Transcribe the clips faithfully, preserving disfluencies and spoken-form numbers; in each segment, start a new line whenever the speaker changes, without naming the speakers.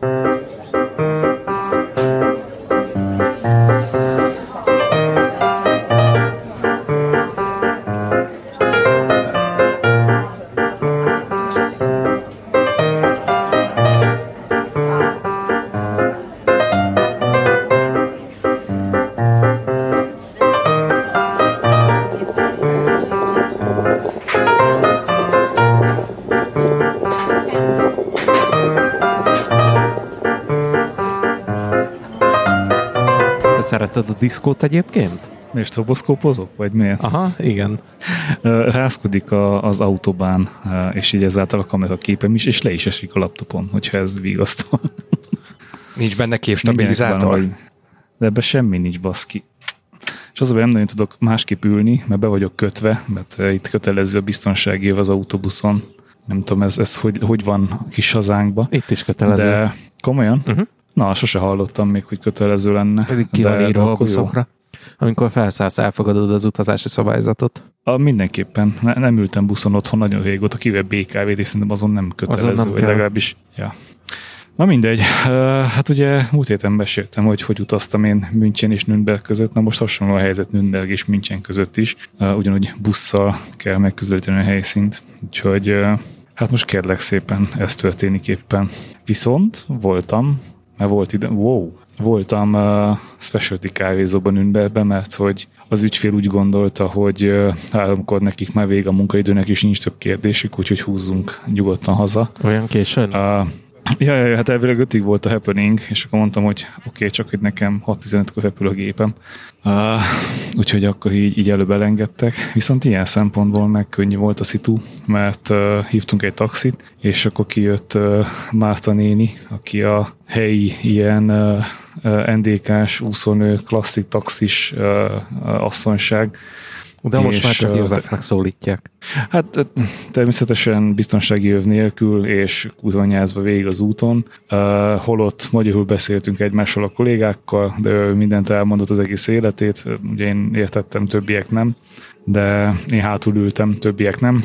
Szereted a diszkót egyébként?
És stroboszkópozok? Vagy miért?
Aha, igen.
Rászkodik a, az autóbán, és így ezáltal a kameraképem is, és le is esik a laptopon, hogyha ez vigasztal.
Nincs benne képstabilizátor?
De ebben semmi nincs, baszki. És az, hogy nem nagyon tudok másképp ülni, mert be vagyok kötve, mert itt kötelező a biztonsági év az autóbuszon. Nem tudom, ez, ez hogy, hogy van a kis hazánkban.
Itt is kötelező.
De komolyan?
Uh-huh.
Na, sose hallottam még, hogy kötelező lenne.
Pedig ki van írva a buszokra. Amikor felszállsz, elfogadod az utazási szabályzatot.
A, mindenképpen. Ne, nem ültem buszon otthon nagyon régóta, kivel bé ká vét, és szerintem azon nem kötelező. Azon nem vagy legalábbis, ja. Na mindegy. Hát ugye múlt héten meséltem, hogy hogy utaztam én München és Nürnberg között. Na most hasonló a helyzet Nürnberg és München között is. Ugyanúgy busszal kell megközelíteni a helyszínt. Úgyhogy hát most kérlek szépen, ez történik éppen. Viszont voltam, mert volt ide, wow, voltam uh, specialty kávézóban Nürnbergben, mert hogy az ügyfél úgy gondolta, hogy uh, háromkor nekik már vége a munkaidőnek, és nincs több kérdésük, úgyhogy húzzunk nyugodtan haza.
Olyan későn?
Uh, ja, ja, ja, hát elvileg ötig volt a happening, és akkor mondtam, hogy oké, okay, csak hogy nekem hat tizenötkor repül a gépem. Uh, úgyhogy akkor így, így előbb elengedtek. Viszont ilyen szempontból meg könnyű volt a szitu, mert uh, hívtunk egy taxit, és akkor kijött uh, Márta néni, aki a helyi ilyen uh, uh, en dé ká-s úszónő, klasszik taxis uh, uh, asszonyság.
De most már csak Józsefnek szólítják.
Hát természetesen biztonsági öv nélkül, és kutyanyázva végig az úton. Uh, holott magyarul beszéltünk egymással a kollégákkal, de ő mindent elmondott az egész életét. Ugye én értettem, többiek nem, de én hátul ültem, többiek nem.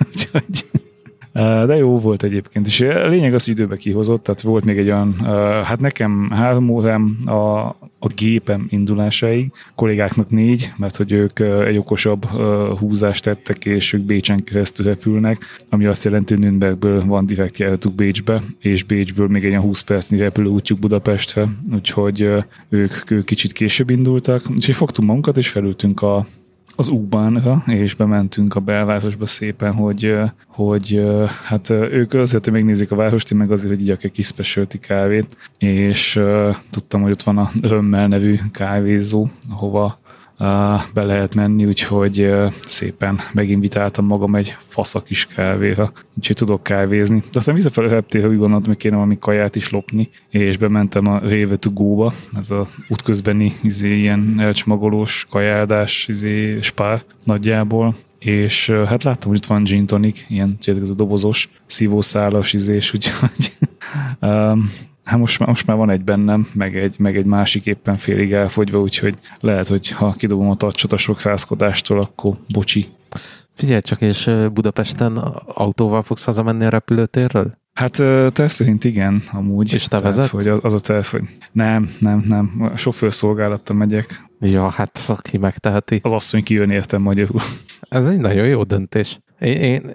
De jó volt egyébként, és a lényeg az, hogy időbe kihozott, tehát volt még egy olyan, hát nekem három órám a, a gépem indulásáig, kollégáknak négy, mert hogy ők egy okosabb húzást tettek, és ők Bécsen keresztül repülnek, ami azt jelenti, hogy Nürnbergből van direkt járatuk Bécsbe, és Bécsből még egy húsz percnyi repülőútjuk Budapestre, úgyhogy ők, ők kicsit később indultak, úgyhogy fogtunk magunkat, és felültünk a az U-bánra, és bementünk a belvárosba szépen, hogy, hogy hát ők azért, hogy megnézik a várost, én meg azért, hogy igyak egy kis specialty kávét, és uh, tudtam, hogy ott van a Römmel nevű kávézó, ahova uh, be lehet menni, úgyhogy uh, szépen meginvitáltam magam egy fasza kis kávéra, úgyhogy tudok kávézni. De aztán visszafelé reptére úgy gondoltam, hogy kéne valami kaját is lopni, és bementem a Rewe to go-ba, ez a útközbeni izé, ilyen elcsmagolós kajádás izé, spár nagyjából, és uh, hát láttam, hogy itt van gin tonic, ilyen ez a dobozos, szívószálas izés, úgyhogy um, hát most már, most már van egy bennem, meg egy, meg egy másik éppen félig elfogyva, úgyhogy lehet, hogy ha kidobom a tacsot a sok rászkodástól, akkor bocsi.
Figyelj csak, és Budapesten autóval fogsz hazamenni a repülőtérről?
Hát terv szerint igen, amúgy.
És te vezetsz?
Hogy az, az a terv, hogy nem, nem, nem. A sofőrszolgálattal megyek.
Ja, hát aki megteheti.
Az asszony kijön értem magyarul.
Ez egy nagyon jó döntés. Én, én,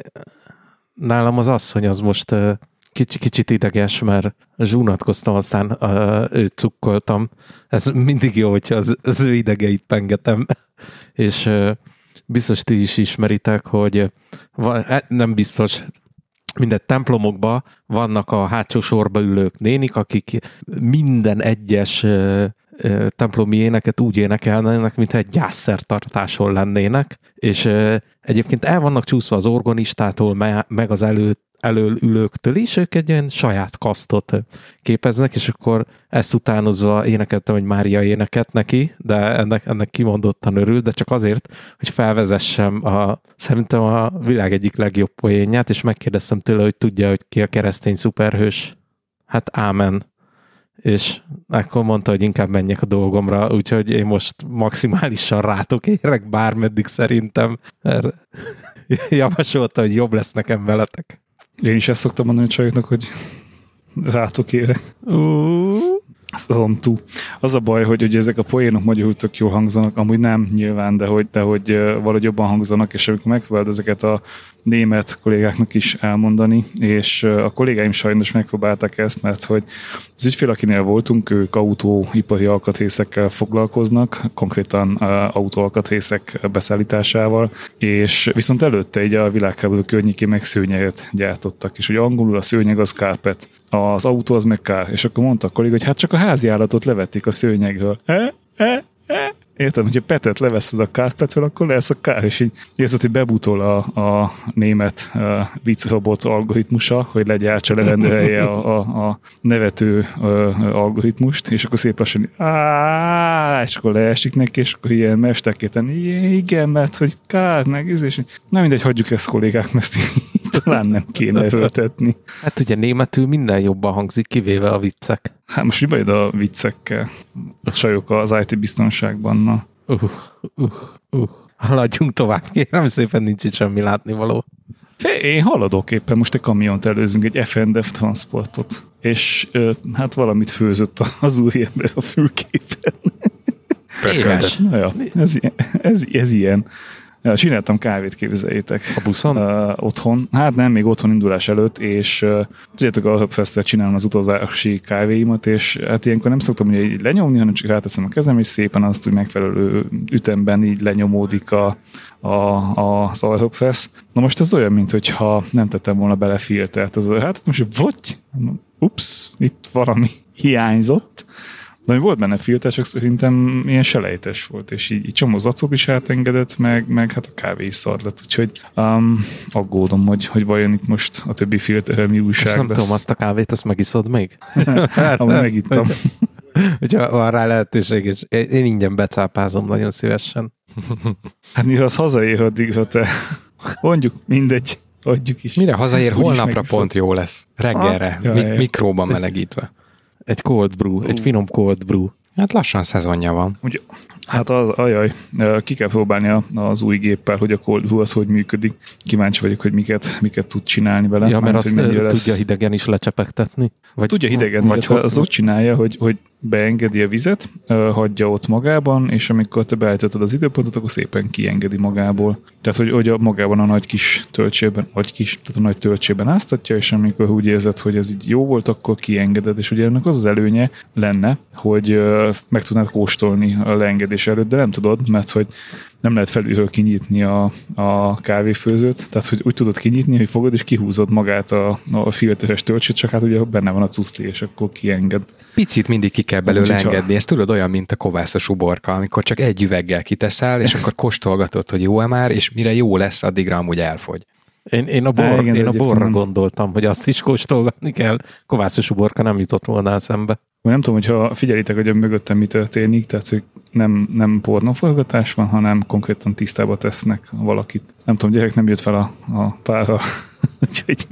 nálam az asszony az most kicsi, kicsit ideges, mert zsúnatkoztam, aztán uh, őt cukkoltam. Ez mindig jó, hogyha az, az ő idegeit pengetem. És uh, biztos ti is ismeritek, hogy van, nem biztos, mindegy templomokban vannak a hátsó sorba ülők nénik, akik minden egyes uh, uh, templomi éneket úgy énekelnének, mintha egy gyászszertartáson lennének, és uh, egyébként el vannak csúszva az organistától, meg az előtt elől ülőktől is, ők egy olyan saját kasztot képeznek, és akkor ezt utánozva énekeltem egy Mária éneket neki, de ennek, ennek kimondottan örül, de csak azért, hogy felvezessem a, szerintem a világ egyik legjobb poénját, és megkérdeztem tőle, hogy tudja, hogy ki a keresztény szuperhős. Hát ámen. És akkor mondta, hogy inkább menjek a dolgomra, úgyhogy én most maximálisan rátok érek bármeddig szerintem. Mert javasolta, hogy jobb lesz nekem veletek.
Én is ezt szoktam mondani a csajoknak, hogy rátok érek. Tú. Az a baj, hogy, hogy ezek a poénok magyarul tök jól hangzanak, amúgy nem nyilván, de hogy, de hogy valahogy jobban hangzanak, és amikor megpróbálod ezeket a német kollégáknak is elmondani, és a kollégáim sajnos megpróbálták ezt, mert hogy az ügyfél, akinél voltunk, ők autóipari alkatrészekkel foglalkoznak, konkrétan autóalkatrészek beszállításával, és viszont előtte így a világháború környékén meg szőnyeget gyártottak, és hogy angolul a szőnyeg az carpet, az autó az meg car, és akkor mondta a kollég, hogy hát csak a házi állatot levették a szőnyegről. E? E? E? Értem, hogyha Petet leveszed a carpetről, akkor lesz a kár, és így érzed, hogy bebutol a, a német uh, viccrobot algoritmusa, hogy legyártsa lerendelje a, a, a nevető uh, algoritmust, és akkor szép lassan áááá, és akkor leesik neki, és akkor ilyen mesterkéten, igen, mert hogy kár, meg ez, és na mindegy, hagyjuk ezt kollégák, mert ezt talán nem kéne erőltetni.
Hát ugye németül minden jobban hangzik, kivéve a viccek.
Hát most mi bajod a viccekkel? A csajok az i té biztonságban, na.
Uh, uh, uh. Haladjunk tovább, kérem szépen, nincs itt semmi látnivaló.
Én haladok éppen, most egy kamiont előzünk, egy ef en dé ef transportot, és hát valamit főzött az úriember a fülképen.
Éhes.
Na ja, ez, ez, ez ilyen. Ja, csináltam kávét, képzeljétek.
A buszon?
Uh, otthon. Hát nem, még otthon indulás előtt, és uh, tudjátok, a Hubfest-tel csinálom az utazási kávéimat, és hát ilyenkor nem szoktam ugye így lenyomni, hanem csak ráteszem a kezem, és szépen azt úgy megfelelő ütemben így lenyomódik a, a, a, az Hubfest. Na most ez olyan, mintha nem tettem volna bele filtert. Az, hát most vagy, ups, itt valami hiányzott. De ami volt benne filter, csak szerintem ilyen selejtes volt, és így, így csomó zacot is átengedett, meg, meg hát a kávé is szar lett, úgyhogy um, aggódom, hogy, hogy vajon itt most a többi filter mi újság
nem lesz. tudom, azt a kávét, azt megiszod még?
Amúgy megittam.
Hogyha van rá lehetőség, és én ingyen becápázom nagyon szívesen.
Hát mire az hazaér, addig, ha te mondjuk mindegy, adjuk is.
Mire hazaér, holnapra pont jó lesz. Reggelre,
ah,
mik- mikróban melegítve.
Egy cold brew, egy finom cold brew.
Hát lassan szezonja van.
Ugye, hát az, ajaj, ki kell próbálni az új géppel, hogy a cold brew az hogy működik. Kíváncsi vagyok, hogy miket, miket tud csinálni vele.
Ja, mert
Már,
azt tudja lesz... hidegen is lecsepegtetni.
Vagy, tudja hidegen, vagy
hogy
az úgy csinálja, hogy, hogy beengedi a vizet, hagyja ott magában, és amikor te beállítottad az időpontot, akkor szépen kiengedi magából. Tehát, hogy, hogy a magában a nagy kis töltsében, vagy kis, tehát a nagy töltsében áztatja, és amikor úgy érzed, hogy ez így jó volt, akkor kiengeded, és ugye ennek az az előnye lenne, hogy meg tudnád kóstolni a leengedés előtt, de nem tudod, mert hogy nem lehet felülről kinyitni a, a kávéfőzőt, tehát hogy úgy tudod kinyitni, hogy fogod és kihúzod magát a, a filteres töltsét, csak hát ugye benne van a cuszli, és akkor kienged.
Picit mindig ki kell belőle
Úgy,
engedni, ha... ez tudod olyan, mint a kovászos uborka, amikor csak egy üveggel kiteszel, és akkor kóstolgatod, hogy jó-e már, és mire jó lesz, addigra amúgy elfogy.
Én, én a, bor, Há, igen, én a borra nem. gondoltam, hogy azt is kóstolgatni kell. Kovászos uborka nem jutott volna eszembe.
Nem tudom, hogyha figyelitek, hogy mögöttem mi történik, tehát hogy nem, nem pornóforgatás van, hanem konkrétan tisztába tesznek valakit. Nem tudom, gyerek nem jött fel a, a pára. Úgyhogy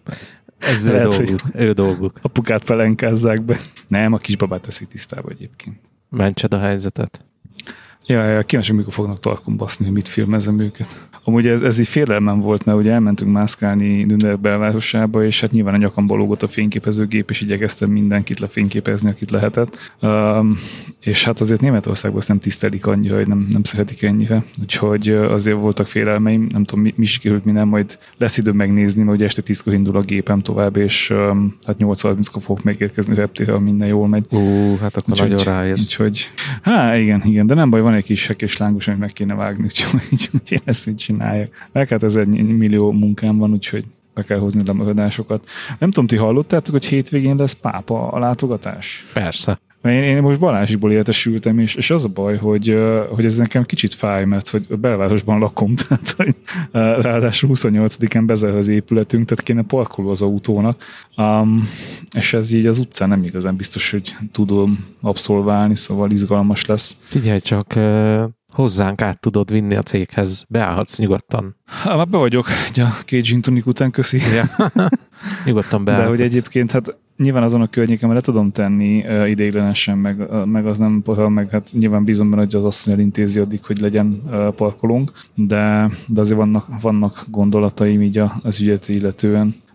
ez ő
lehet,
dolguk. Ő dolguk.
Apukát pelenkázzák be. Nem, a kisbabát teszik tisztába egyébként.
Mentsed a helyzetet.
Ja, ja, kíváncsi, mikor fognak tarkon baszni, hogy mit filmezem őket. Amúgy ez, ez így félelmem volt, mert ugye elmentünk mászkálni Nürnberg belvárosába, és hát nyilván a nyakamból lógott a fényképezőgép, és igyekeztem mindenkit lefényképezni, akit lehetett. Um, és hát azért Németországban ezt nem tisztelik annyira, hogy nem, nem szeretik ennyire. Úgyhogy azért voltak félelmeim, nem tudom, mi, mi sikerült, mi nem, majd lesz idő megnézni, mert ugye este tízkor indul a gépem tovább, és um, hát nyolc harminckor fogok megérkezni reptérre, ha minden jól megy.
Ú, hát akkor
úgyhogy,
nagyon ráérsz.
Úgyhogy, hát igen, igen, de nem baj, van egy kis hekés lángos, amit meg kéne vágni, úgyhogy, úgyhogy én ezt mit csináljak. Meg hát ez egy millió munkám van, úgyhogy be kell hozni lemaradásokat. Nem tudom, ti hallottátok, hogy hétvégén lesz pápa a látogatás?
Persze.
Én, én most Balázsiból értesültem, és, és az a baj, hogy, hogy ez nekem kicsit fáj, mert hogy belvárosban lakom, tehát hogy ráadásul huszonnyolcadikán bezár az épületünk, tehát kéne parkoló az autónak, um, és ez így az utcán nem igazán biztos, hogy tudom abszolválni, szóval izgalmas lesz.
Figyelj csak, hozzánk át tudod vinni a céghez, beállhatsz nyugodtan.
Hát már be vagyok, a két gin tonic után, köszi.
Ja. Nyugodtan beállhatsz.
De hogy egyébként hát nyilván azon a környéken le tudom tenni uh, ideiglenesen, meg, uh, meg az nem para, meg hát nyilván bízom benne, hogy az asszony elintézi addig, hogy legyen uh, parkolónk, de, de azért vannak, vannak gondolataim így az ügyet illetően.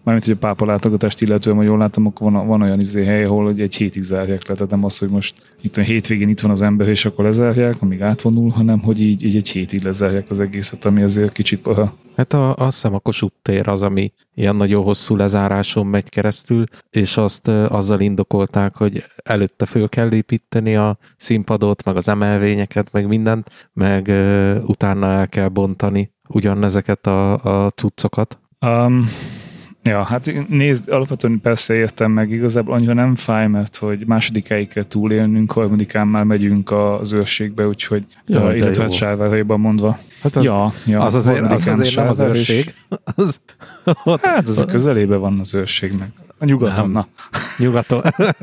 mármint, hogy a pápa látogatást illetően, hogy jól látom, akkor van, van olyan izé hely, ahol hogy egy hétig zárják le, tehát nem az, hogy most itt a hétvégén itt van az ember, és akkor lezárják, amíg átvonul, hanem hogy így, így egy hétig lezárják az egészet, ami azért kicsit paha.
Hát a, azt hiszem a Kossuth tér az, ami ilyen nagyon hosszú lezáráson megy keresztül, és azt azzal indokolták, hogy előtte föl kell építeni a színpadot, meg az emelvényeket, meg mindent, meg uh, utána el kell bontani ugyanezeket a, a cuccokat.
Um, ja, hát nézd, alapvetően persze értem meg, igazából annyira nem fáj, mert hogy másodikáig kell túlélnünk, harmadikán már megyünk az őrségbe, úgyhogy
ja,
uh, illetve hát Sárváraiban mondva.
Hát az,
ja, ja,
az azért, az azért nem az őrség. Az,
hát az a közelében van az őrségnek. A nyugaton, na.
Nyugaton.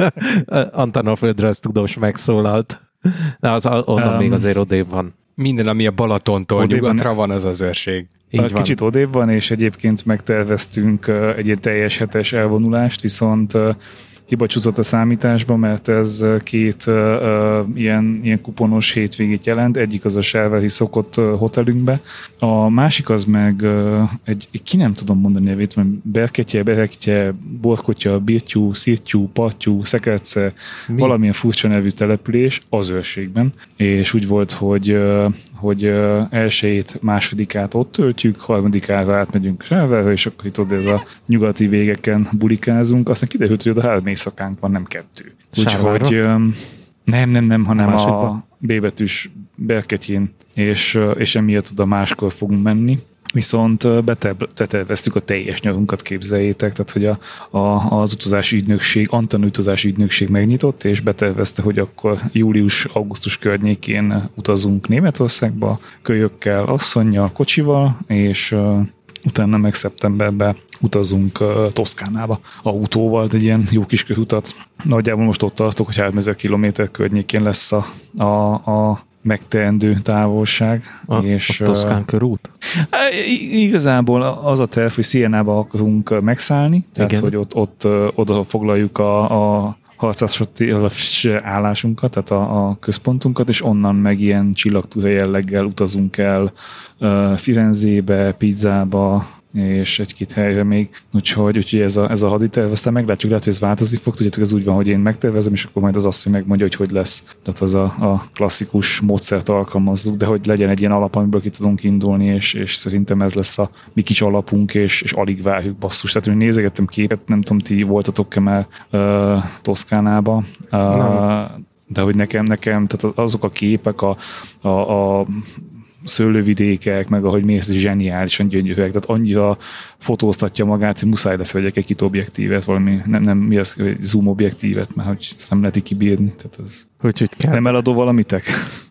Antanov földrajz tudós megszólalt. De az, onnan um, még azért odébb van.
Minden, ami a Balatontól nyugatra van, az az őrség.
Így Kicsit van. Odébb van, és egyébként megterveztünk egy ilyen teljes hetes elvonulást, viszont hiba csúszott a számításba, mert ez két uh, uh, ilyen, ilyen kuponos hétvégét jelent. Egyik az a Sárvári szokott uh, hotelünkbe, a másik az meg uh, egy, ki nem tudom mondani nevét, mert Berketje, Berekje, Borkotya, Birtyú, Szirtyú, Pattyú, Szekerce, Mi? valamilyen furcsa nevű település az őrségben, és úgy volt, hogy uh, hogy uh, elsőjét, másodikát ott töltjük, harmadikára átmegyünk Sárvárra, és akkor itt ott ez a nyugati végeken bulikázunk. Aztán kiderült, hogy oda három éjszakánk van, nem kettő. Úgyhogy um, nem, nem, nem, hanem a, a B betűs Berketjén, és, uh, és emiatt oda máskor fogunk menni. Viszont beterveztük a teljes nyarunkat, képzeljétek, tehát hogy a, a, az utazási ügynökség, Antan utazási ügynökség megnyitott, és betervezte, hogy akkor július-augusztus környékén utazunk Németországba, kölyökkel, asszonnyal, kocsival, és uh, utána meg szeptemberben utazunk uh, Toszkánába autóval, egy ilyen jó kis közutat. Nagyjából most ott tartok, hogy háromezer kilométer környékén lesz a, a, a megteendő távolság.
A,
és,
a Toszkán körút?
Igazából az a terv, hogy Sienába akarunk megszállni, tehát igen. hogy ott, ott oda foglaljuk a, a harcászati állásunkat, tehát a, a központunkat, és onnan meg ilyen csillagtúra jelleggel utazunk el uh, Firenzébe, Pizzába, és egy-két helyre még. Úgyhogy, úgyhogy ez a, ez a haditerv, aztán meglátjuk, lehet, hogy ez változni fog. Tudjátok, ez úgy van, hogy én megtervezem, és akkor majd az asszony megmondja, hogy hogy lesz. Tehát az a, a klasszikus módszert alkalmazzuk, de hogy legyen egy ilyen alap, amiből ki tudunk indulni, és, és szerintem ez lesz a mi kis alapunk, és, és alig várjuk, basszus. Tehát, hogy nézegettem képet, nem tudom, ti voltatok-e már uh, Toszkánába, uh, de hogy nekem, nekem, tehát azok a képek, a, a, a szőlővidékek, meg ahogy mész, zseniálisan gyönyörűek, tehát annyira fotóztatja magát, hogy muszáj lesz vegyek egy kit objektívet, valami, nem, nem mi az, zoom objektívet, mert hogy ezt nem lehet kibírni, tehát az
hogy, hogy kell.
Nem eladó valamitek?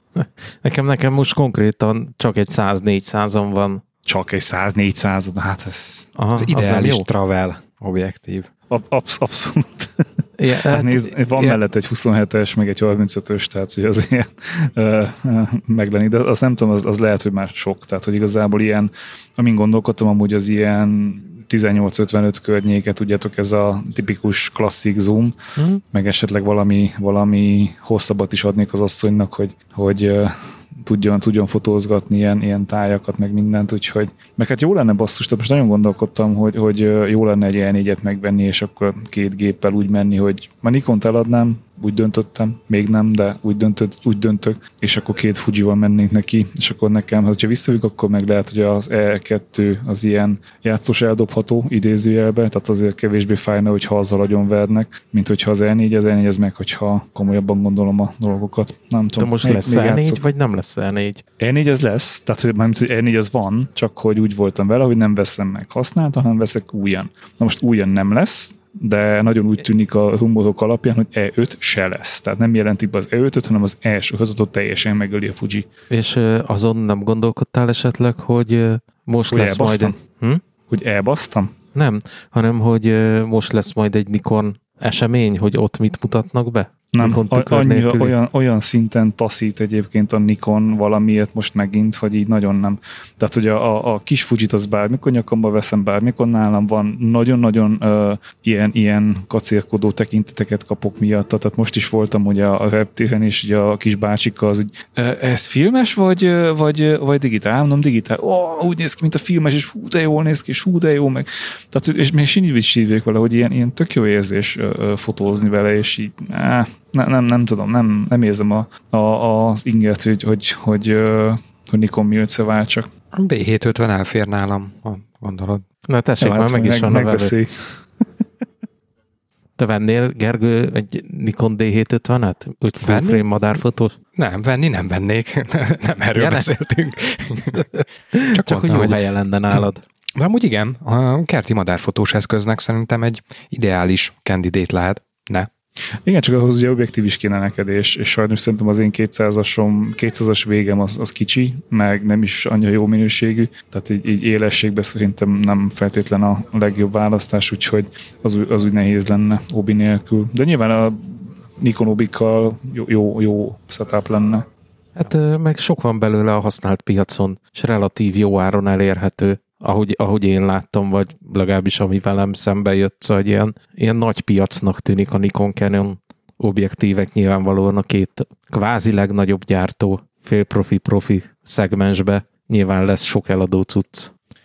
Nekem, nekem most konkrétan csak egy száz-négyszázon van.
Csak egy száz-négyszáz, hát ez
Aha, az ideális travel objektív.
Absz- abszolút.
Ja, hát,
hát nézd, van ja. mellett egy huszonhetes, meg egy harmincötös, tehát hogy az ilyen uh, meglenni, de azt nem tudom, az, az lehet, hogy már sok, tehát hogy igazából ilyen, amin gondolkodtam amúgy az ilyen tizennyolc ötvenöt környéket, tudjátok, ez a tipikus klasszik zoom, mm. meg esetleg valami, valami hosszabbat is adnék az asszonynak, hogy, hogy uh, tudjon, tudjon fotózgatni ilyen, ilyen tájakat, meg mindent, úgyhogy meg hát jó lenne basszus, tehát most nagyon gondolkodtam, hogy, hogy jó lenne egy E négyet megvenni, és akkor két géppel úgy menni, hogy már Nikont eladnám, úgy döntöttem, még nem, de úgy, döntött, úgy döntök, és akkor két Fujival mennénk neki, és akkor nekem, ha visszajövök, akkor meg lehet, hogy az E kettő az ilyen játszós eldobható idézőjelbe, tehát azért kevésbé fájna, hogyha azzal agyonvernek, mint hogyha az E négy, az E négy ez meg, hogyha komolyabban gondolom a dolgokat. Nem tudom.
De most még, lesz még E négy, játszok. Vagy nem lesz E négy?
E négy ez lesz, tehát hogy, mármint, hogy E négy az van, csak hogy úgy voltam vele, hogy nem veszem meg használtan, hanem veszek újan. Na most újan nem lesz, de nagyon úgy tűnik a rumorok alapján, hogy E öt se lesz. Tehát nem jelentik be az E ötöt, hanem az E sorozatot teljesen megöli a Fuji.
És azon nem gondolkodtál esetleg, hogy most
hogy
lesz
elbasztam?
majd egy... Hm?
Hogy elbasztam?
Nem, hanem hogy most lesz majd egy Nikon esemény, hogy ott mit mutatnak be?
Nem, a, annyira olyan, olyan szinten taszít egyébként a Nikon valamiért most megint, hogy így nagyon nem. Tehát, hogy a, a, a kis Fujit az bármikor nyakamba veszem, bármikor nálam van, nagyon-nagyon uh, ilyen, ilyen kacérkodó tekinteteket kapok miatta. Tehát most is voltam ugye a reptéren, és ugye a kis bácsikkal az, hogy uh, ez filmes, vagy, uh, vagy, vagy digitál? Nem digitál. Oh, úgy néz ki, mint a filmes, és hú, de jól néz ki, és hú, de jó, meg. Tehát, és még sincs is hívják vele, hogy ilyen, ilyen tök jó érzés uh, fotózni vele, és így, áh, Nem, nem, nem tudom, nem, nem érzem a, a, az ingert, hogy, hogy, hogy, hogy Nikon mi összeváltsak.
dé hétszázötven elfér nálam, gondolod.
Na tessék, ja, már meg, meg is van a vevő. Te vennél, Gergő, egy Nikon dé hétszázötvenet? Úgy full frame madárfotós?
Nem, venni nem vennék. Nem erről ja, beszéltünk.
Csak, Csak mondtam, hogy jó helye lenne nálad.
De amúgy igen, a kerti madárfotós eszköznek szerintem egy ideális candidate lehet. Ne.
Igen, csak ahhoz ugye objektív is kéne neked, és, és sajnos szerintem az én kétszázasom, kétszázas végem az, az kicsi, meg nem is annyira jó minőségű, tehát így, így élességben szerintem nem feltétlen a legjobb választás, úgyhogy az, az úgy nehéz lenne obi nélkül. De nyilván a Nikon obikkal jó, jó, jó setup lenne.
Hát meg sok van belőle a használt piacon, és relatív jó áron elérhető. Ahogy, ahogy én láttam, vagy legalábbis ami velem szembe jött, szóval ilyen, ilyen nagy piacnak tűnik a Nikon Canon objektívek, nyilvánvalóan a két kvázi legnagyobb gyártó fél profi-profi szegmensbe nyilván lesz sok eladó cucc.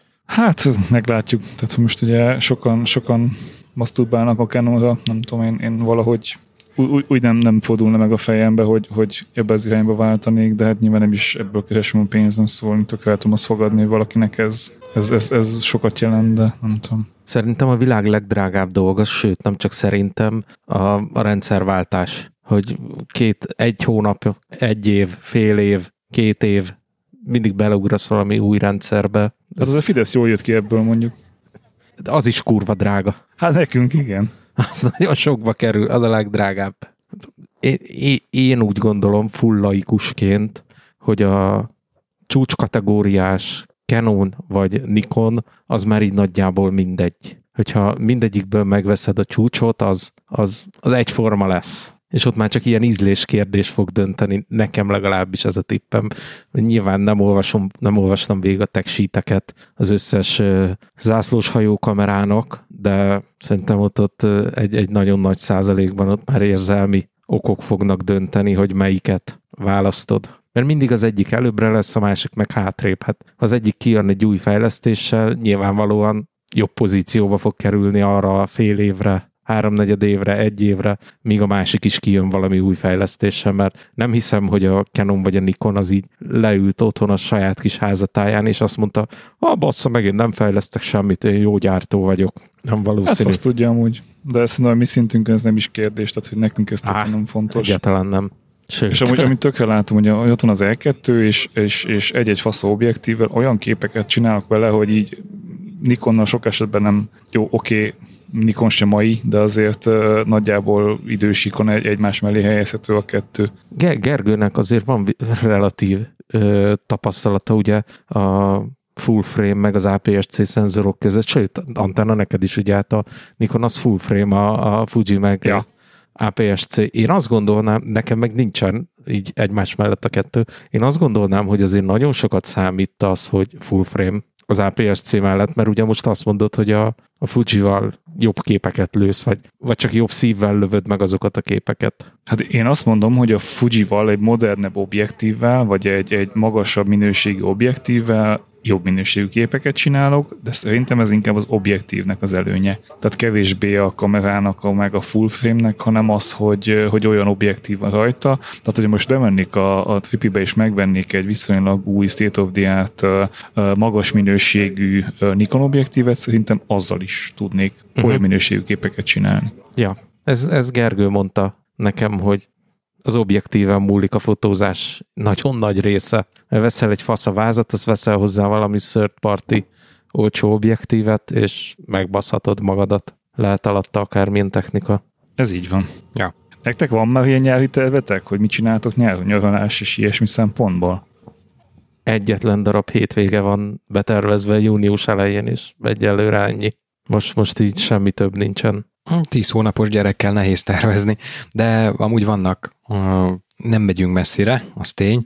Hát meglátjuk, tehát most ugye sokan, sokan maszturbálnak a Canonra, nem tudom, én, én valahogy úgy, úgy nem, nem fordulna meg a fejembe, hogy, hogy ebbe az irányba váltanék, de hát nyilván nem is ebből keresem a pénzem, szóval tökre el tudom azt fogadni, hogy valakinek ez, ez, ez, ez sokat jelent, de nem tudom.
Szerintem a világ legdrágább dolga, sőt nem csak szerintem, a, a rendszerváltás, hogy két, egy hónap, egy év, fél év, két év, mindig beleugrasz valami új rendszerbe.
Hát az a Fidesz jól jött ki ebből mondjuk.
De az is kurva drága.
Hát nekünk igen.
Az nagyon sokba kerül, az a legdrágább. Én, én, én úgy gondolom full laikusként, hogy a csúcskategóriás Canon vagy Nikon, az már így nagyjából mindegy. Hogyha mindegyikből megveszed a csúcsot, az, az, az egyforma lesz. És ott már csak ilyen ízléskérdés fog dönteni, nekem legalábbis ez a tippem. Nyilván nem olvasom, nem olvastam végig a tech sheeteket az összes uh, zászlós hajókamerának, de szerintem ott, ott uh, egy, egy nagyon nagy százalékban ott már érzelmi okok fognak dönteni, hogy melyiket választod. Mert mindig az egyik előbbre lesz, a másik meg hátrébb. Hát az egyik kijön egy új fejlesztéssel, nyilvánvalóan jobb pozícióba fog kerülni arra a fél évre, háromnegyed évre, egy évre, míg a másik is kijön valami új fejlesztéssel, mert nem hiszem, hogy a Canon vagy a Nikon az így leült otthon a saját kis házatáján, és azt mondta, ah, bassza, megint nem fejlesztek semmit, én jó gyártó vagyok. Nem valószínű.
Ezt azt tudja amúgy, de ezt mondom, mi szintünkön ez nem is kérdés, tehát hogy nekünk ez tök nem fontos.
Egyáltalán nem.
Sőt. És amúgy, amit tökre látom, hogy ott van az E kettő, és, és, és egy-egy faszó objektívvel olyan képeket csinálok vele, hogy így Nikonnal sok esetben nem, jó, oké, okay, Nikon sem mai, de azért uh, nagyjából idősíkon egy, egymás mellé helyezhető a kettő.
Gergőnek azért van relatív uh, tapasztalata, ugye a full frame meg az á pé es cé szenzorok között, sőt, Antenna neked is ugye, hát a Nikon az full frame, a, a Fuji meg ja. á pé es cé. Én azt gondolnám, nekem meg nincsen így egymás mellett a kettő, én azt gondolnám, hogy azért nagyon sokat számít az, hogy full frame az á pé es cé mellett, mert ugye most azt mondod, hogy a, a Fujival jobb képeket lősz, vagy, vagy csak jobb szívvel lövöd meg azokat a képeket.
Hát én azt mondom, hogy a Fujival egy modernebb objektívvel, vagy egy, egy magasabb minőségi objektívvel jobb minőségű képeket csinálok, de szerintem ez inkább az objektívnek az előnye. Tehát kevésbé a kamerának, a, meg a full frame-nek, hanem az, hogy, hogy olyan objektív van rajta. Tehát, hogy most bemennék a, a Tripibe és megvennék egy viszonylag új state of the art, magas minőségű Nikon objektívet, szerintem azzal is tudnék uh-huh. olyan minőségű képeket csinálni.
Ja, ez, ez Gergő mondta nekem, hogy az objektíven múlik a fotózás nagyon nagy része. Veszel egy fasz a vázat, azt veszel hozzá valami third party olcsó objektívet, és megbaszhatod magadat. Lehet alatta akármilyen technika.
Ez így van.
Ja.
Nektek van már ilyen nyári tervetek, hogy mit csináltok nyáron, nyaralás és ilyesmi szempontból?
Egyetlen darab hétvége van betervezve június elején is, egyelőre ennyi. Most, most így semmi több nincsen.
Tíz hónapos gyerekkel nehéz tervezni, de amúgy vannak, nem megyünk messzire, az tény.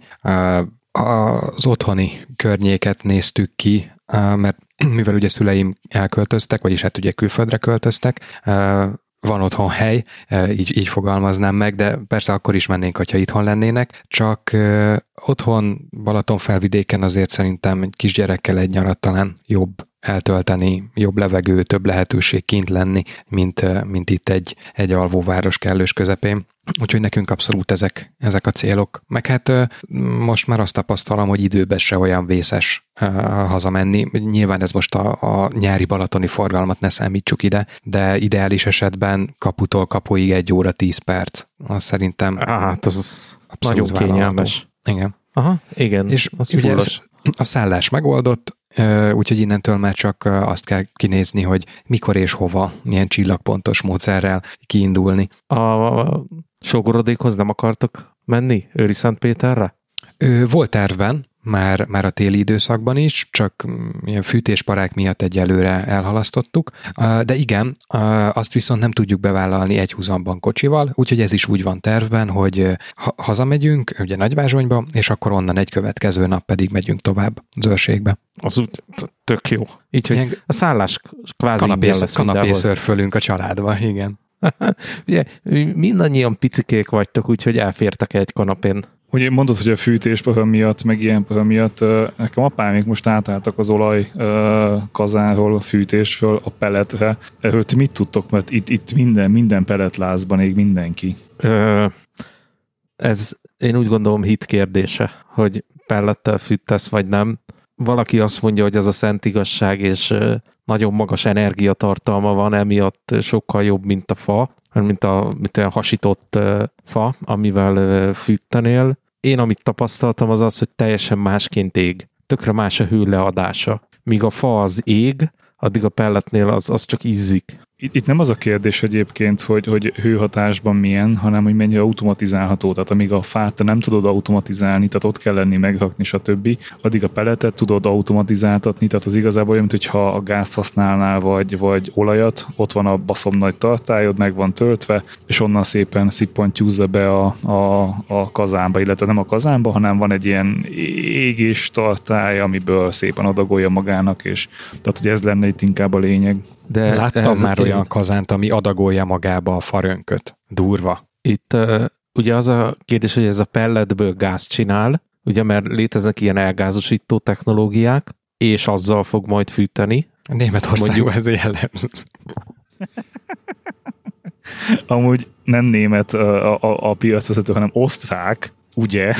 Az otthoni környéket néztük ki, mert mivel ugye szüleim elköltöztek, vagyis hát ugye külföldre költöztek, van otthon hely, így, így fogalmaznám meg, de persze akkor is mennénk, hogyha itthon lennének, csak otthon Balatonfelvidéken azért szerintem egy kisgyerekkel egy nyarat talán jobb eltölteni, jobb levegő, több lehetőség kint lenni, mint, mint itt egy, egy alvóváros kellős közepén. Úgyhogy nekünk abszolút ezek, ezek a célok. Meg hát most már azt tapasztalom, hogy időben se olyan vészes hazamenni. Nyilván ez most a, a nyári balatoni forgalmat ne számítsuk ide, de ideális esetben kaputól kapuig egy óra tíz perc. Azt szerintem
hát az nagyon kényelmes.
Igen.
Aha, igen.
És ugye a szállás megoldott, úgyhogy innentől már csak azt kell kinézni, hogy mikor és hova ilyen csillagpontos módszerrel kiindulni.
A sógorodékhoz nem akartok menni Őriszentpéterre?
Volt tervben, már, már a téli időszakban is, csak ilyen fűtésparák miatt egyelőre elhalasztottuk, de igen, azt viszont nem tudjuk bevállalni egy húzamban kocsival, úgyhogy ez is úgy van tervben, hogy hazamegyünk, ugye Nagyvázsonyba, és akkor onnan egy következő nap pedig megyünk tovább Zőrségbe.
Az úgy tök jó. Így, hogy ilyen a szállás kvázi
kanapész, kanapészörfölünk a családba, igen.
Ugye, mindannyian picikék vagytok, úgyhogy elfértek egy kanapén.
Ugye mondod, hogy a fűtéspara miatt, meg ilyen para miatt, nekem apámék most átálltak az olaj kazánról, a fűtésről a pelletre. Erről ti mit tudtok, mert itt, itt minden, minden pelletlázban ég mindenki.
Ö, ez én úgy gondolom hit kérdése, hogy pellettel fűtesz vagy nem. Valaki azt mondja, hogy az a szent igazság, és nagyon magas energiatartalma van, emiatt sokkal jobb, mint a fa, mint a, mint a hasított uh, fa, amivel uh, fűtenél. Én, amit tapasztaltam, az az, hogy teljesen másként ég. Tökre más a hőleadása. Míg a fa az ég, addig a pelletnél az, az csak izzik.
Itt, itt nem az a kérdés egyébként, hogy, hogy hőhatásban milyen, hanem hogy mennyire automatizálható. Tehát amíg a fát te nem tudod automatizálni, tehát ott kell lenni, megrakni, stb. Addig a pelletet tudod automatizáltatni, tehát az igazából olyan, mintha a gázt használnál, vagy, vagy olajat, ott van a baszom nagy tartályod, meg van töltve, és onnan szépen szippantyúzza be a, a, a kazánba, illetve nem a kazánba, hanem van egy ilyen égés tartály, amiből szépen adagolja magának, és tehát, hogy ez lenne itt inkább a lényeg.
De láttam már olyan kazánt, ami adagolja magába a farönköt. Durva.
Itt uh, ugye az a kérdés, hogy ez a pelletből gáz csinál, ugye, mert léteznek ilyen elgázosító technológiák, és azzal fog majd fűteni.
Németországban ez jellemző.
Amúgy nem német a, a, a piacvezető, hanem osztrák, ugye?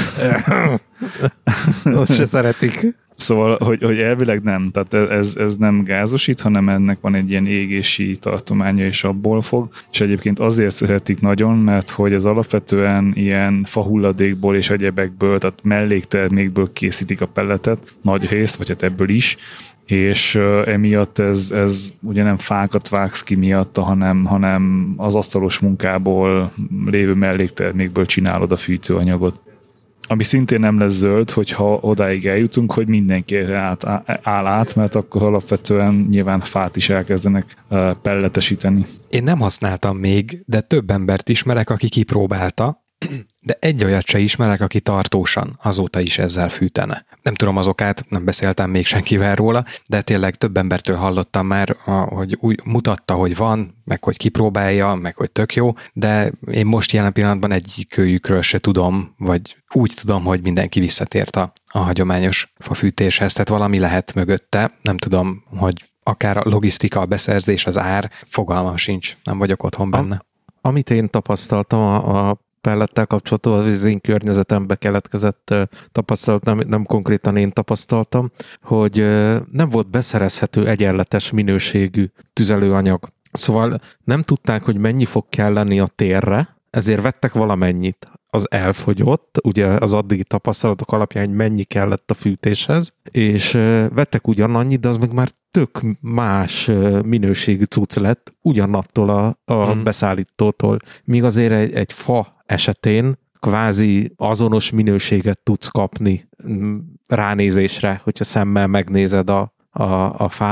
Ott se szeretik.
Szóval, hogy, hogy elvileg nem, tehát ez, ez nem gázosít, hanem ennek van egy ilyen égési tartománya, és abból fog, és egyébként azért szeretik nagyon, mert hogy ez alapvetően ilyen fahulladékból és egyebekből, tehát melléktermékből készítik a pelletet, nagy részt, vagy hát ebből is, és uh, emiatt ez, ez ugye nem fákat vágsz ki miatta, hanem, hanem az asztalos munkából lévő melléktermékből csinálod a fűtőanyagot. Ami szintén nem lesz zöld, hogyha odáig eljutunk, hogy mindenki át, áll át, mert akkor alapvetően nyilván fát is elkezdenek uh, pelletesíteni.
Én nem használtam még, de több embert ismerek, aki kipróbálta, de egy olyat se ismerek, aki tartósan azóta is ezzel fűtene. Nem tudom az okát, nem beszéltem még senkivel róla, de tényleg több embertől hallottam már, hogy úgy mutatta, hogy van, meg hogy kipróbálja, meg hogy tök jó, de én most jelen pillanatban egyikőjükről se tudom, vagy úgy tudom, hogy mindenki visszatért a, a hagyományos fafűtéshez, tehát valami lehet mögötte, nem tudom, hogy akár a logisztika, a beszerzés, az ár, fogalmam sincs, nem vagyok otthon benne.
A, amit én tapasztaltam a, a pellettel kapcsolatban, az én környezetembe keletkezett tapasztalat, nem, nem konkrétan én tapasztaltam, hogy nem volt beszerezhető egyenletes minőségű tüzelőanyag. Szóval nem tudták, hogy mennyi fog kelleni a térre, ezért vettek valamennyit. Az elfogyott, ugye az addigi tapasztalatok alapján, hogy mennyi kellett a fűtéshez, és vettek ugyanannyit, de az meg már tök más minőségű cucc lett ugyanattól a, a mm. beszállítótól. Míg azért egy, egy fa esetén kvázi azonos minőséget tudsz kapni ránézésre, hogyha szemmel megnézed a, a, a fát,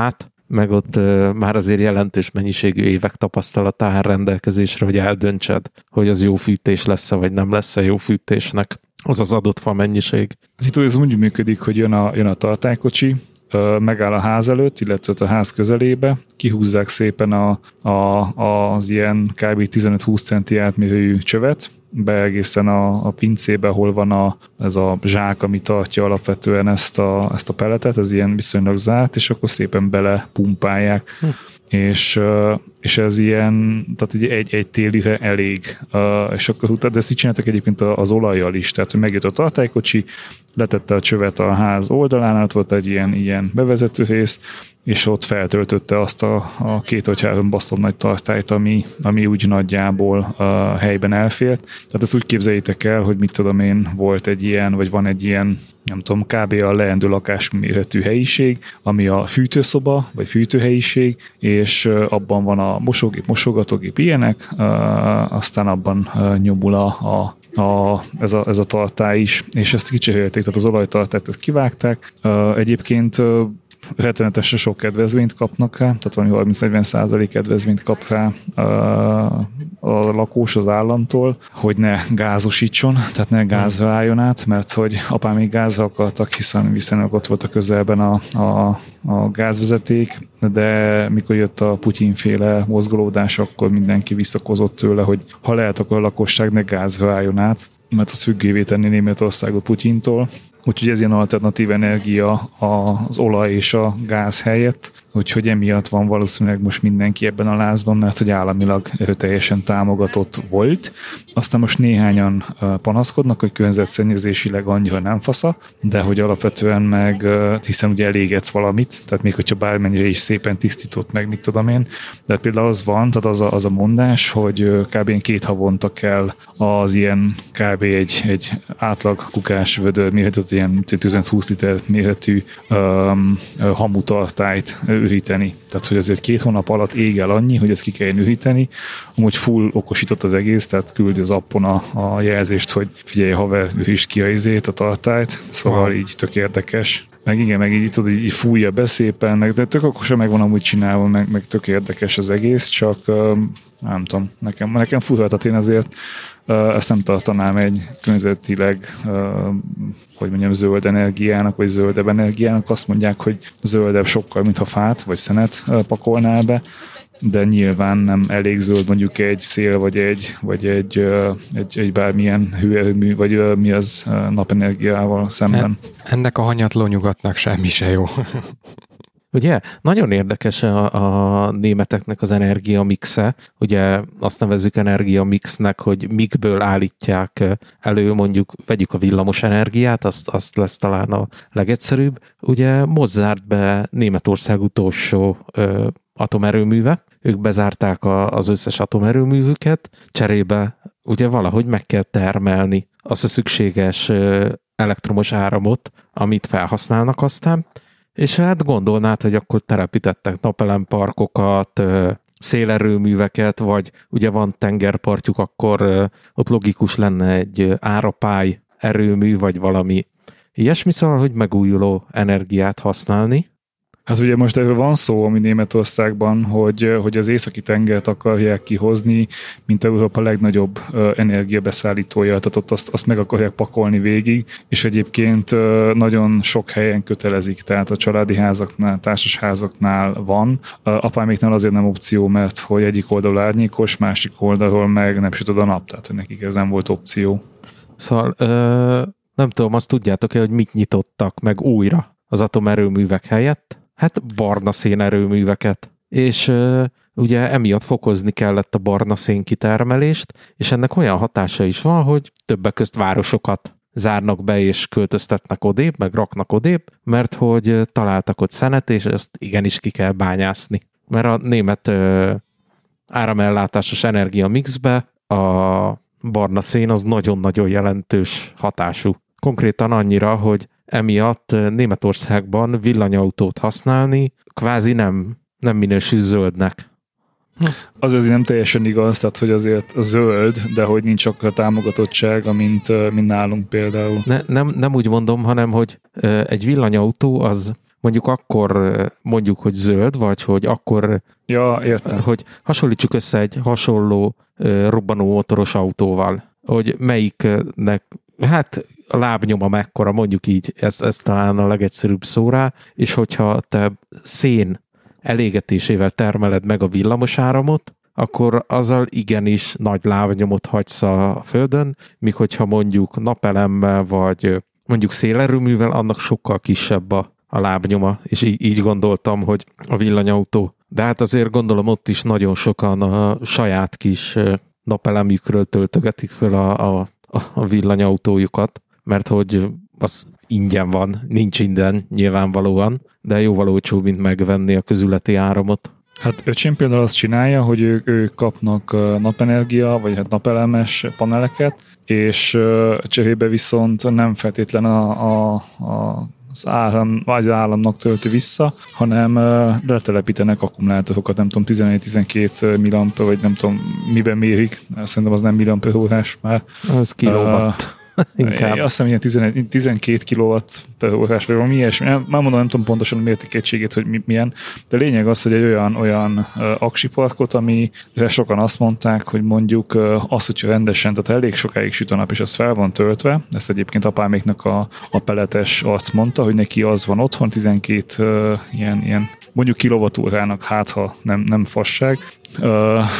meg ott uh, már azért jelentős mennyiségű évek tapasztalata áll rendelkezésre, hogy eldöntsed, hogy az jó fűtés lesz-e, vagy nem lesz-e jó fűtésnek az az adott fa mennyiség.
Az itt ez úgy működik, hogy jön a, jön a tartálykocsi, megáll a ház előtt, illetve a ház közelébe, kihúzzák szépen a, a, az ilyen kb. tizenöt-húsz centi átmérőjű csövet, be egészen a, a pincébe, hol van a, ez a zsák, ami tartja alapvetően ezt a, ezt a peletet, ez ilyen viszonylag zárt, és akkor szépen bele pumpálják. Hm. És, és ez ilyen, tehát egy, egy télire elég. És akkor utána, de ezt így csináltak egyébként az olajjal is, tehát hogy megjött a tartálykocsi, letette a csövet a ház oldalán, ott volt egy ilyen, ilyen bevezető rész, és ott feltöltötte azt a, a két vagy három baszom nagy tartályt, ami, ami úgy nagyjából a helyben elfért. Tehát ezt úgy képzeljétek el, hogy mit tudom én, volt egy ilyen, vagy van egy ilyen, nem tudom, kb. A leendő lakásméretű helyiség, ami a fűtőszoba, vagy fűtőhelyiség, és abban van a mosógép, mosogatógép, ilyenek, aztán abban nyomul a, a A, ez, a, ez a tartály is, és ezt kicserélték, tehát az olajtartályt ezt kivágták. Egyébként rettenetesen sok kedvezményt kapnak rá, tehát valami harminc-negyven százalék kedvezményt kap rá a lakós az államtól, hogy ne gázosítson, tehát ne gázra álljon át, mert hogy apám még gázra akartak, hiszen viszonylag ott volt a közelben a, a, a gázvezeték, de mikor jött a Putyin-féle mozgolódás, akkor mindenki visszakozott tőle, hogy ha lehet, akkor a lakosság ne gázra álljon át, mert az függővé tenni Németországot Putyintól. Úgyhogy ez ilyen alternatív energia az olaj és a gáz helyett, úgyhogy emiatt van valószínűleg most mindenki ebben a lázban, mert hogy államilag teljesen támogatott volt. Aztán most néhányan panaszkodnak, hogy környezetszennyezésileg annyira nem fasza, de hogy alapvetően meg, hiszen ugye elégetsz valamit, tehát még hogyha bármennyire is szépen tisztított meg, mit tudom én, de például az van, tehát az a, az a mondás, hogy kb. Két havonta kell az ilyen kb. egy, egy átlag kukás vödör méretű, ilyen tizenöt-húsz liter méretű um, hamutartályt üríteni. Tehát, hogy azért két hónap alatt ég el annyi, hogy ezt ki kell üríteni. Amúgy full okosított az egész, tehát küldi az appon a, a jelzést, hogy figyelj, haver, ürítsd ki a izét, a tartályt. Szóval így tök érdekes. Meg igen, meg így, tudod, így fújja be szépen, meg, de tök okosan meg van amúgy csinálva, meg, meg tök érdekes az egész, csak um, nem tudom, nekem, nekem furhatat én azért uh, ezt nem tartanám egy környezetileg, uh, hogy mondjam, zöld energiának, vagy zöldebb energiának. Azt mondják, hogy zöldebb sokkal, mintha fát, vagy szenet uh, pakolnál be, de nyilván nem elég zöld mondjuk egy szél, vagy egy, vagy egy, uh, egy, egy bármilyen hőerőmű, vagy uh, mi az uh, napenergiával szemben.
Ennek a hanyatló nyugatnak semmi se jó.
Ugye, nagyon érdekes a, a németeknek az energiamixe, ugye azt nevezzük energiamixnek, hogy mikből állítják elő, mondjuk vegyük a villamos energiát, azt, azt lesz talán a legegyszerűbb. Ugye Mozart be Németország utolsó ö, atomerőműve, ők bezárták a, az összes atomerőművüket, cserébe ugye valahogy meg kell termelni azt a szükséges ö, elektromos áramot, amit felhasználnak aztán, és hát gondolnád, hogy akkor telepítettek napelemparkokat, szélerőműveket, vagy ugye van tengerpartjuk, akkor ott logikus lenne egy árapály erőmű, vagy valami ilyesmi, szóval, hogy megújuló energiát használni.
Hát ugye most erről van szó, ami Németországban, hogy, hogy az északi tengert akarják kihozni, mint Európa legnagyobb energiabeszállítója, tehát ott azt, azt meg akarják pakolni végig, és egyébként nagyon sok helyen kötelezik, tehát a családi házaknál, társasházaknál van. Apáméknál azért nem opció, mert hogy egyik oldalról árnyékos, másik oldalról meg nem sütöd a nap, tehát hogy nekik ez nem volt opció.
Szóval ö, nem tudom, azt tudjátok-e, hogy mit nyitottak meg újra az atomerőművek helyett? Hát barna szénerőműveket. És uh, ugye emiatt fokozni kellett a barna szén kitermelést, és ennek olyan hatása is van, hogy többek közt városokat zárnak be és költöztetnek odébb, meg raknak odébb, mert hogy találtak ott szenet, és ezt igenis ki kell bányászni. Mert a német uh, áramellátásos energia mixbe a barna szén az nagyon-nagyon jelentős hatású. Konkrétan annyira, hogy emiatt Németországban villanyautót használni kvázi nem, nem minősül zöldnek.
Az azért nem teljesen igaz, tehát hogy azért a zöld, de hogy nincs akkor a támogatottsága, mint, mint nálunk például.
Ne, nem, nem úgy mondom, hanem hogy egy villanyautó az mondjuk akkor mondjuk, hogy zöld, vagy hogy akkor,
ja, értem.
hogy hasonlítsuk össze egy hasonló robbanó motoros autóval, hogy melyiknek, hát a lábnyoma mekkora, mondjuk így, ez, ez talán a legegyszerűbb szó rá, és hogyha te szén elégetésével termeled meg a villamosáramot, akkor azzal igenis nagy lábnyomot hagysz a földön, míg hogyha mondjuk napelemmel, vagy mondjuk szélerőművel, annak sokkal kisebb a, a lábnyoma, és így, így gondoltam, hogy a villanyautó. De hát azért gondolom ott is nagyon sokan a saját kis napelemükről töltögetik föl a, a, a villanyautójukat, mert hogy az ingyen van, nincs ingyen nyilvánvalóan, de jóval olcsóbb, mint megvenni a közületi áramot.
Hát öcsém például azt csinálja, hogy ők, ők kapnak napenergia, vagy hát napelemes paneleket, és cserébe viszont nem feltétlen a, a, a az állam, vagy az államnak tölti vissza, hanem letelepítenek akkumulátorokat, nem tudom, tizenegy-tizenkét milliampere, vagy nem tudom, miben mérik, szerintem az nem milliampere órás már.
Az kilowatt. Uh, Inkább.
Azt hiszem, ilyen tizenegy, tizenkét kilowatt per órás, vagy valami ilyesmi. Már mondom, nem tudom pontosan a mértékegységét, hogy mi, milyen, de lényeg az, hogy egy olyan, olyan uh, aksiparkot, amire sokan azt mondták, hogy mondjuk uh, az, hogyha rendesen, tehát elég sokáig süt a nap, és az fel van töltve, ezt egyébként apáméknak a, a peletes arc mondta, hogy neki az van otthon, tizenkét uh, ilyen, ilyen mondjuk kilovattórának, hát ha nem, nem fasság. Uh,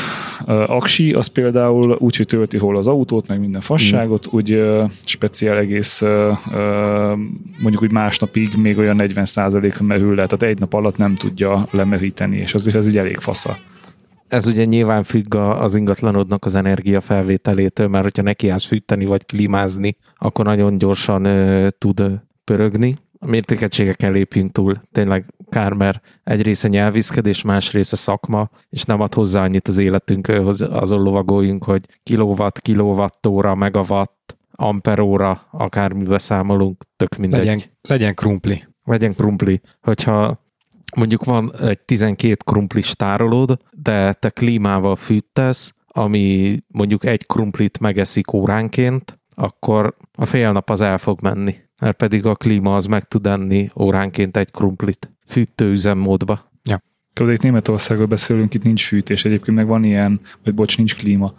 uh, aksi, az például úgy, hogy tölti hol az autót, meg minden fasságot, mm. úgy uh, speciál egész uh, uh, mondjuk úgy másnapig még olyan negyven százalékra merül le, tehát egy nap alatt nem tudja lemeríteni, és azért ez így elég fasza.
Ez ugye nyilván függ az ingatlanodnak az energiafelvételétől, mert hogyha nekiállsz fűteni vagy klímázni, akkor nagyon gyorsan uh, tud pörögni. A mértékegységeken lépjünk túl. Tényleg kár, mert egy része nyelviszkedés, más része szakma, és nem ad hozzá annyit az életünkhöz, azon lovagoljunk, hogy kilowatt, kilowattóra, megawatt, amperóra, akármibe számolunk, tök mindegy.
Legyen, legyen krumpli.
Legyen krumpli. Hogyha mondjuk van egy tizenkét krumplis tárolód, de te klímával fűtesz, ami mondjuk egy krumplit megeszik óránként, akkor a fél nap az el fog menni. Mert pedig a klíma az meg tud enni óránként egy krumplit fűtőüzemmódba.
Ja.
De itt Németországról beszélünk, itt nincs fűtés, egyébként meg van ilyen, vagy bocs, nincs klíma.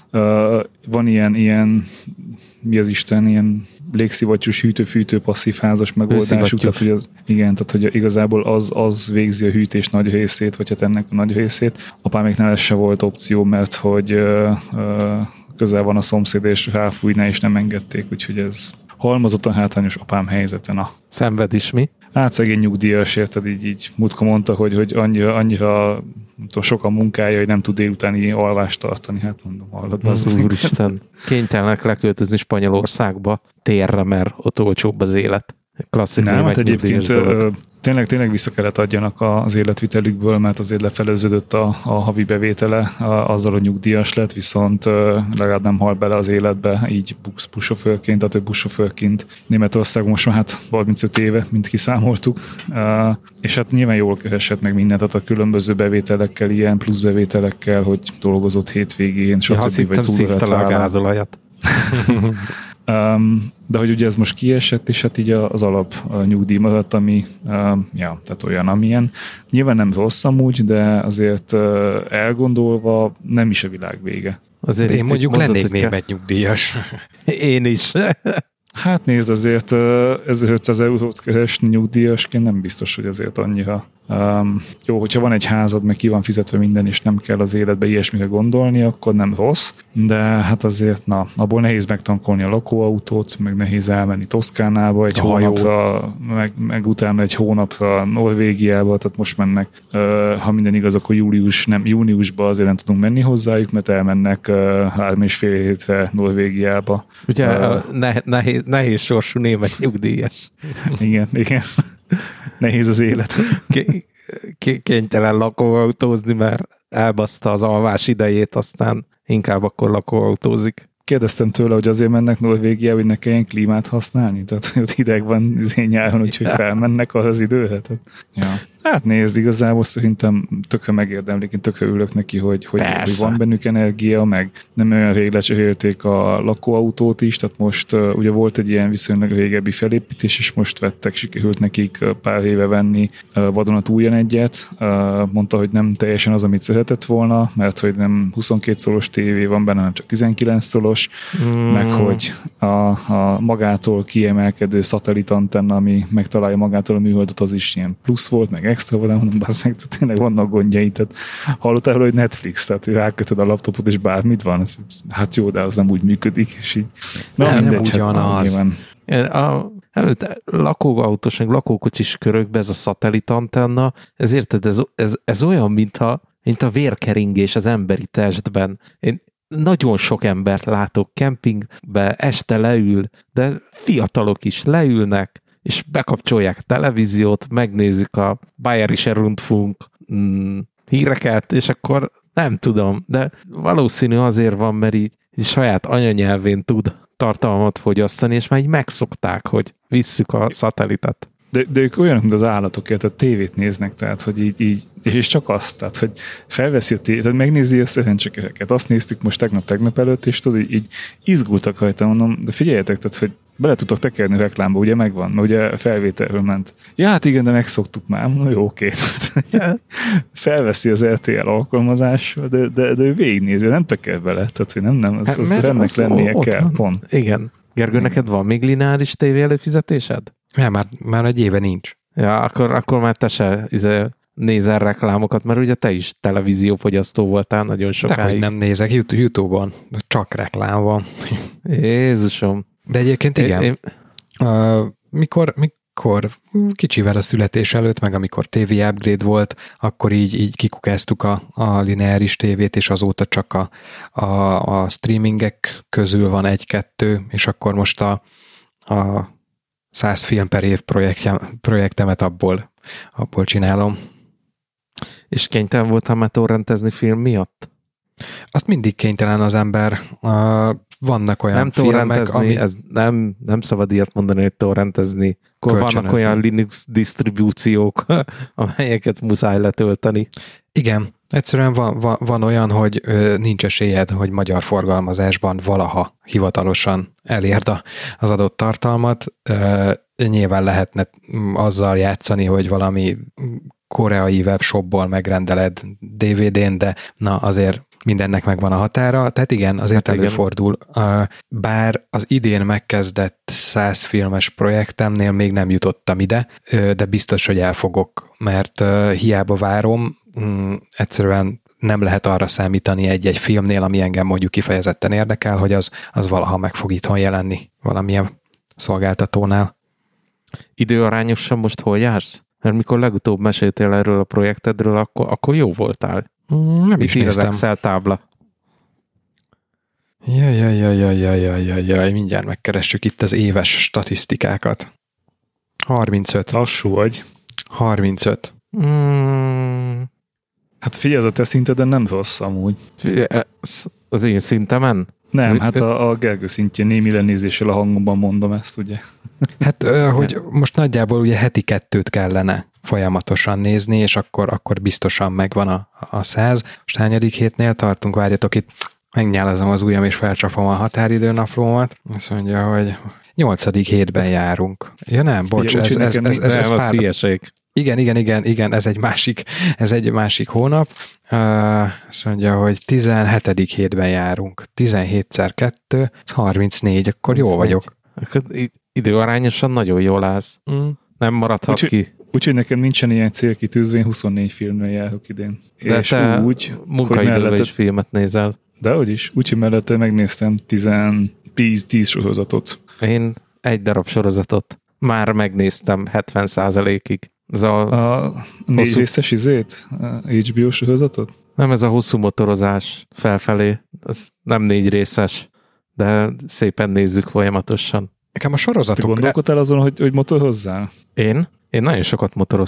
Uh, van ilyen, ilyen, mi az Isten, ilyen légszivattyús hűtő-fűtő passzív házas megoldásuk, tehát hogy az, igen, tehát hogy igazából az, az végzi a hűtés nagy részét, vagy hát ennek a nagy részét. Apáméknál ez se volt opció, mert hogy uh, uh, közel van a szomszéd, és ráfújná, és nem engedték, úgyhogy ez halmozottan hátrányos apám helyzeten. A...
Szenved is mi?
Hát szegény nyugdíjas, érted, így, így múltkor mondta, hogy, hogy annyira, annyira nem tudom, sok a munkája, hogy nem tud délutáni alvást tartani. Hát mondom, hallod.
Az úristen. Kénytelenek leköltözni Spanyolországba térre, mert ott olcsóbb az élet. Klasszik.
Nem, hát egyébként tényleg, tényleg vissza kellett adjanak az életvitelükből, mert azért lefeleződött a, a havi bevétele a, azzal, hogy nyugdíjas lett, viszont legalább nem hal bele az életbe, így buszsofőrként, tehát buszsofőrként Németországon most már hát harmincöt éve, mint kiszámoltuk, és hát nyilván jól keresett meg mindent, tehát a különböző bevételekkel, ilyen plusz bevételekkel, hogy dolgozott hétvégén,
stb. Ja, azt hittem szívta le a gázolajat.
Um, de hogy ugye ez most kiesett, és hát így az alap a nyugdíj maradt, ami um, ja, tehát olyan, amilyen. Nyilván nem rossz amúgy, de azért uh, elgondolva nem is a világ vége.
Azért én mondjuk lennék német nyugdíjas.
Én is.
Hát nézd, azért ezerötszáz eurót keresni nyugdíjasként nem biztos, hogy azért annyira um, jó, hogyha van egy házad, meg ki van fizetve minden, és nem kell az életbe ilyesmire gondolni, akkor nem rossz, de hát azért, na, abból nehéz megtankolni a lakóautót, meg nehéz elmenni Toszkánába egy a hónapra, meg, meg utána egy hónapra Norvégiába, tehát most mennek, uh, ha minden igaz, akkor július, nem, júniusban azért nem tudunk menni hozzájuk, mert elmennek uh, három és fél hétre Norvégiába.
Ugye uh, ne, nehéz, nehéz sorsú német nyugdíjas.
Igen, igen. Nehéz az élet.
Kénytelen lakóautózni, mert elbaszta az alvás idejét, aztán inkább akkor lakóautózik.
kérdeztem tőle, hogy azért mennek Norvégiába, hogy ne kelljen klímát használni, tehát hogy ott hideg van nyáron, úgyhogy felmennek az időre. Ja. Hát nézd, igazából szerintem tökre megérdemlik, én tökre ülök neki, hogy, hogy, hogy van bennük energia, meg nem olyan rég lecserélték a lakóautót is, tehát most uh, ugye volt egy ilyen viszonylag régebbi felépítés, és most vettek, sikerült nekik uh, pár éve venni uh, vadonatújjan egyet. Uh, mondta, hogy nem teljesen az, amit szeretett volna, mert hogy nem huszonkét szolos tévé van benne, hanem csak tizenkilenc szolos, mm. meg hogy a, a magától kiemelkedő szatellitantenna, ami megtalálja magától a műholdat, az is ilyen plusz volt, meg extra van, mondom, bász meg, tényleg vannak gondjai. Tehát hallottál, hogy Netflix, tehát rákötöd a laptopot, és bármit van. Hát jó, de az nem úgy működik, és így.
Na, nem, mindegy, nem ugyanaz.
Hát, a, a lakóautós, meg lakókocsis körökben ez a szatellitantenna, ez érted, ez, ez, ez olyan, mintha, mint a vérkeringés az emberi testben. Én nagyon sok embert látok kempingbe, este leül, de fiatalok is leülnek, és bekapcsolják a televíziót, megnézik a Bayerische Rundfunk mm, híreket, és akkor nem tudom, de valószínű azért van, mert így, így saját anyanyelvén tud tartalmat fogyasztani, és már így megszokták, hogy visszük a szatellitet.
De, de ők olyanok, mint az állatok, tehát tévét néznek, tehát, hogy így, így és, és csak azt, tehát, hogy felveszi a tévét, tehát megnézi a szerencsekeket. Azt néztük most tegnap-tegnap előtt, és tudod, így, így izgultak rajta, mondom, de figyeljetek, tehát, hogy bele tudtok tekerni reklámba, ugye megvan, mert ugye felvételről ment. Ja, hát igen, de megszoktuk már. No, jó, oké. Felveszi az er té el alkalmazás, de, de, de ő végignézi, nem teker bele. Tehát, hogy nem, nem, az, az hát, ennek lennie kell. Pont.
Igen. Gergő, igen. Neked van még lineáris tévé előfizetésed?
Ja, már, már egy éve nincs.
Ja, akkor, akkor már te se izé, nézel reklámokat, mert ugye te is televíziófogyasztó voltál nagyon sokáig.
De hogy nem nézek YouTube-on, csak reklám van.
Jézusom.
De egyébként igen. Én, én... Uh, mikor, mikor kicsivel a születés előtt, meg amikor té vé upgrade volt, akkor így, így kikukáztuk a, a lineáris tévét, és azóta csak a, a, a streamingek közül van egy-kettő, és akkor most a, a száz film per év projektemet abból, abból csinálom.
És kénytelen voltam már torrentezni film miatt?
Azt mindig kénytelen az ember. Uh, vannak olyan
nem
filmek,
ami... ez nem, nem szabad ilyet mondani, hogy torrentezni. Akkor vannak olyan Linux disztribúciók, amelyeket muszáj letölteni.
Igen, egyszerűen van, van, van olyan, hogy ö, nincs esélyed, hogy magyar forgalmazásban valaha hivatalosan elérd az adott tartalmat. Ö, nyilván lehetne azzal játszani, hogy valami koreai webshopból megrendeled dé vé dén, de na azért mindennek megvan a határa, tehát igen, azért hát előfordul. Igen. Bár az idén megkezdett száz filmes projektemnél még nem jutottam ide, de biztos, hogy el fogok, mert hiába várom, egyszerűen nem lehet arra számítani egy-egy filmnél, ami engem mondjuk kifejezetten érdekel, hogy az, az valaha meg fog itthon jelenni valamilyen szolgáltatónál.
Időarányosan most hol jársz? Mert mikor legutóbb meséltél erről a projektedről, akkor, akkor jó voltál.
Nem
Mit
is
ír
néztem.
az Excel tábla?
Jaj, jaj, jaj, jaj, jaj, jaj, jaj, jaj, mindjárt megkeressük itt az éves statisztikákat. harmincöt.
Lassú vagy.
harmincöt.
Mm.
Hát figyelj, az a te szinteden nem rossz amúgy.
Az én szintemen?
Nem,
az
hát a, a Gergő szintjén némi lenézéssel a hangomban mondom ezt, ugye.
Hát, hogy most nagyjából ugye heti kettőt kellene folyamatosan nézni, és akkor, akkor biztosan megvan a, a száz. Most hányadik hétnél tartunk? Várjatok, itt megnyálazom az ujjam, és felcsapom a határidőnaplómat. Azt mondja, hogy nyolcadik hétben járunk. Ja nem, bocs,
ugye,
ez, ez, ez, ez, ez
nem,
pár...
hülyeség.
Igen, igen, igen, igen, ez egy másik, ez egy másik hónap. Uh, azt mondja, hogy tizenhetedik hétben járunk. tizenhétszer kettő, harmincnégy, akkor jó vagyok.
Időarányosan nagyon jól állsz. Mm. Nem maradhat
úgy,
ki.
Úgyhogy nekem nincsen ilyen célkitűzve, én huszonnégy filmmel járok idén.
De és te úgy, munkaidőben mellette... is filmet nézel.
De hogy is. Úgyhogy mellette megnéztem tíz sorozatot.
Én egy darab sorozatot már megnéztem hetven százalékig. Ez a,
a négy hosszú... részes izét? A há bé ó sorozatot?
Nem, ez a hosszú motorozás felfelé. Ez nem négy részes, de szépen nézzük folyamatosan.
Nekem a sorozatok...
Te gondolkodtál azon, hogy, hogy motorozzál?
Én? Én nagyon sokat motoroztam.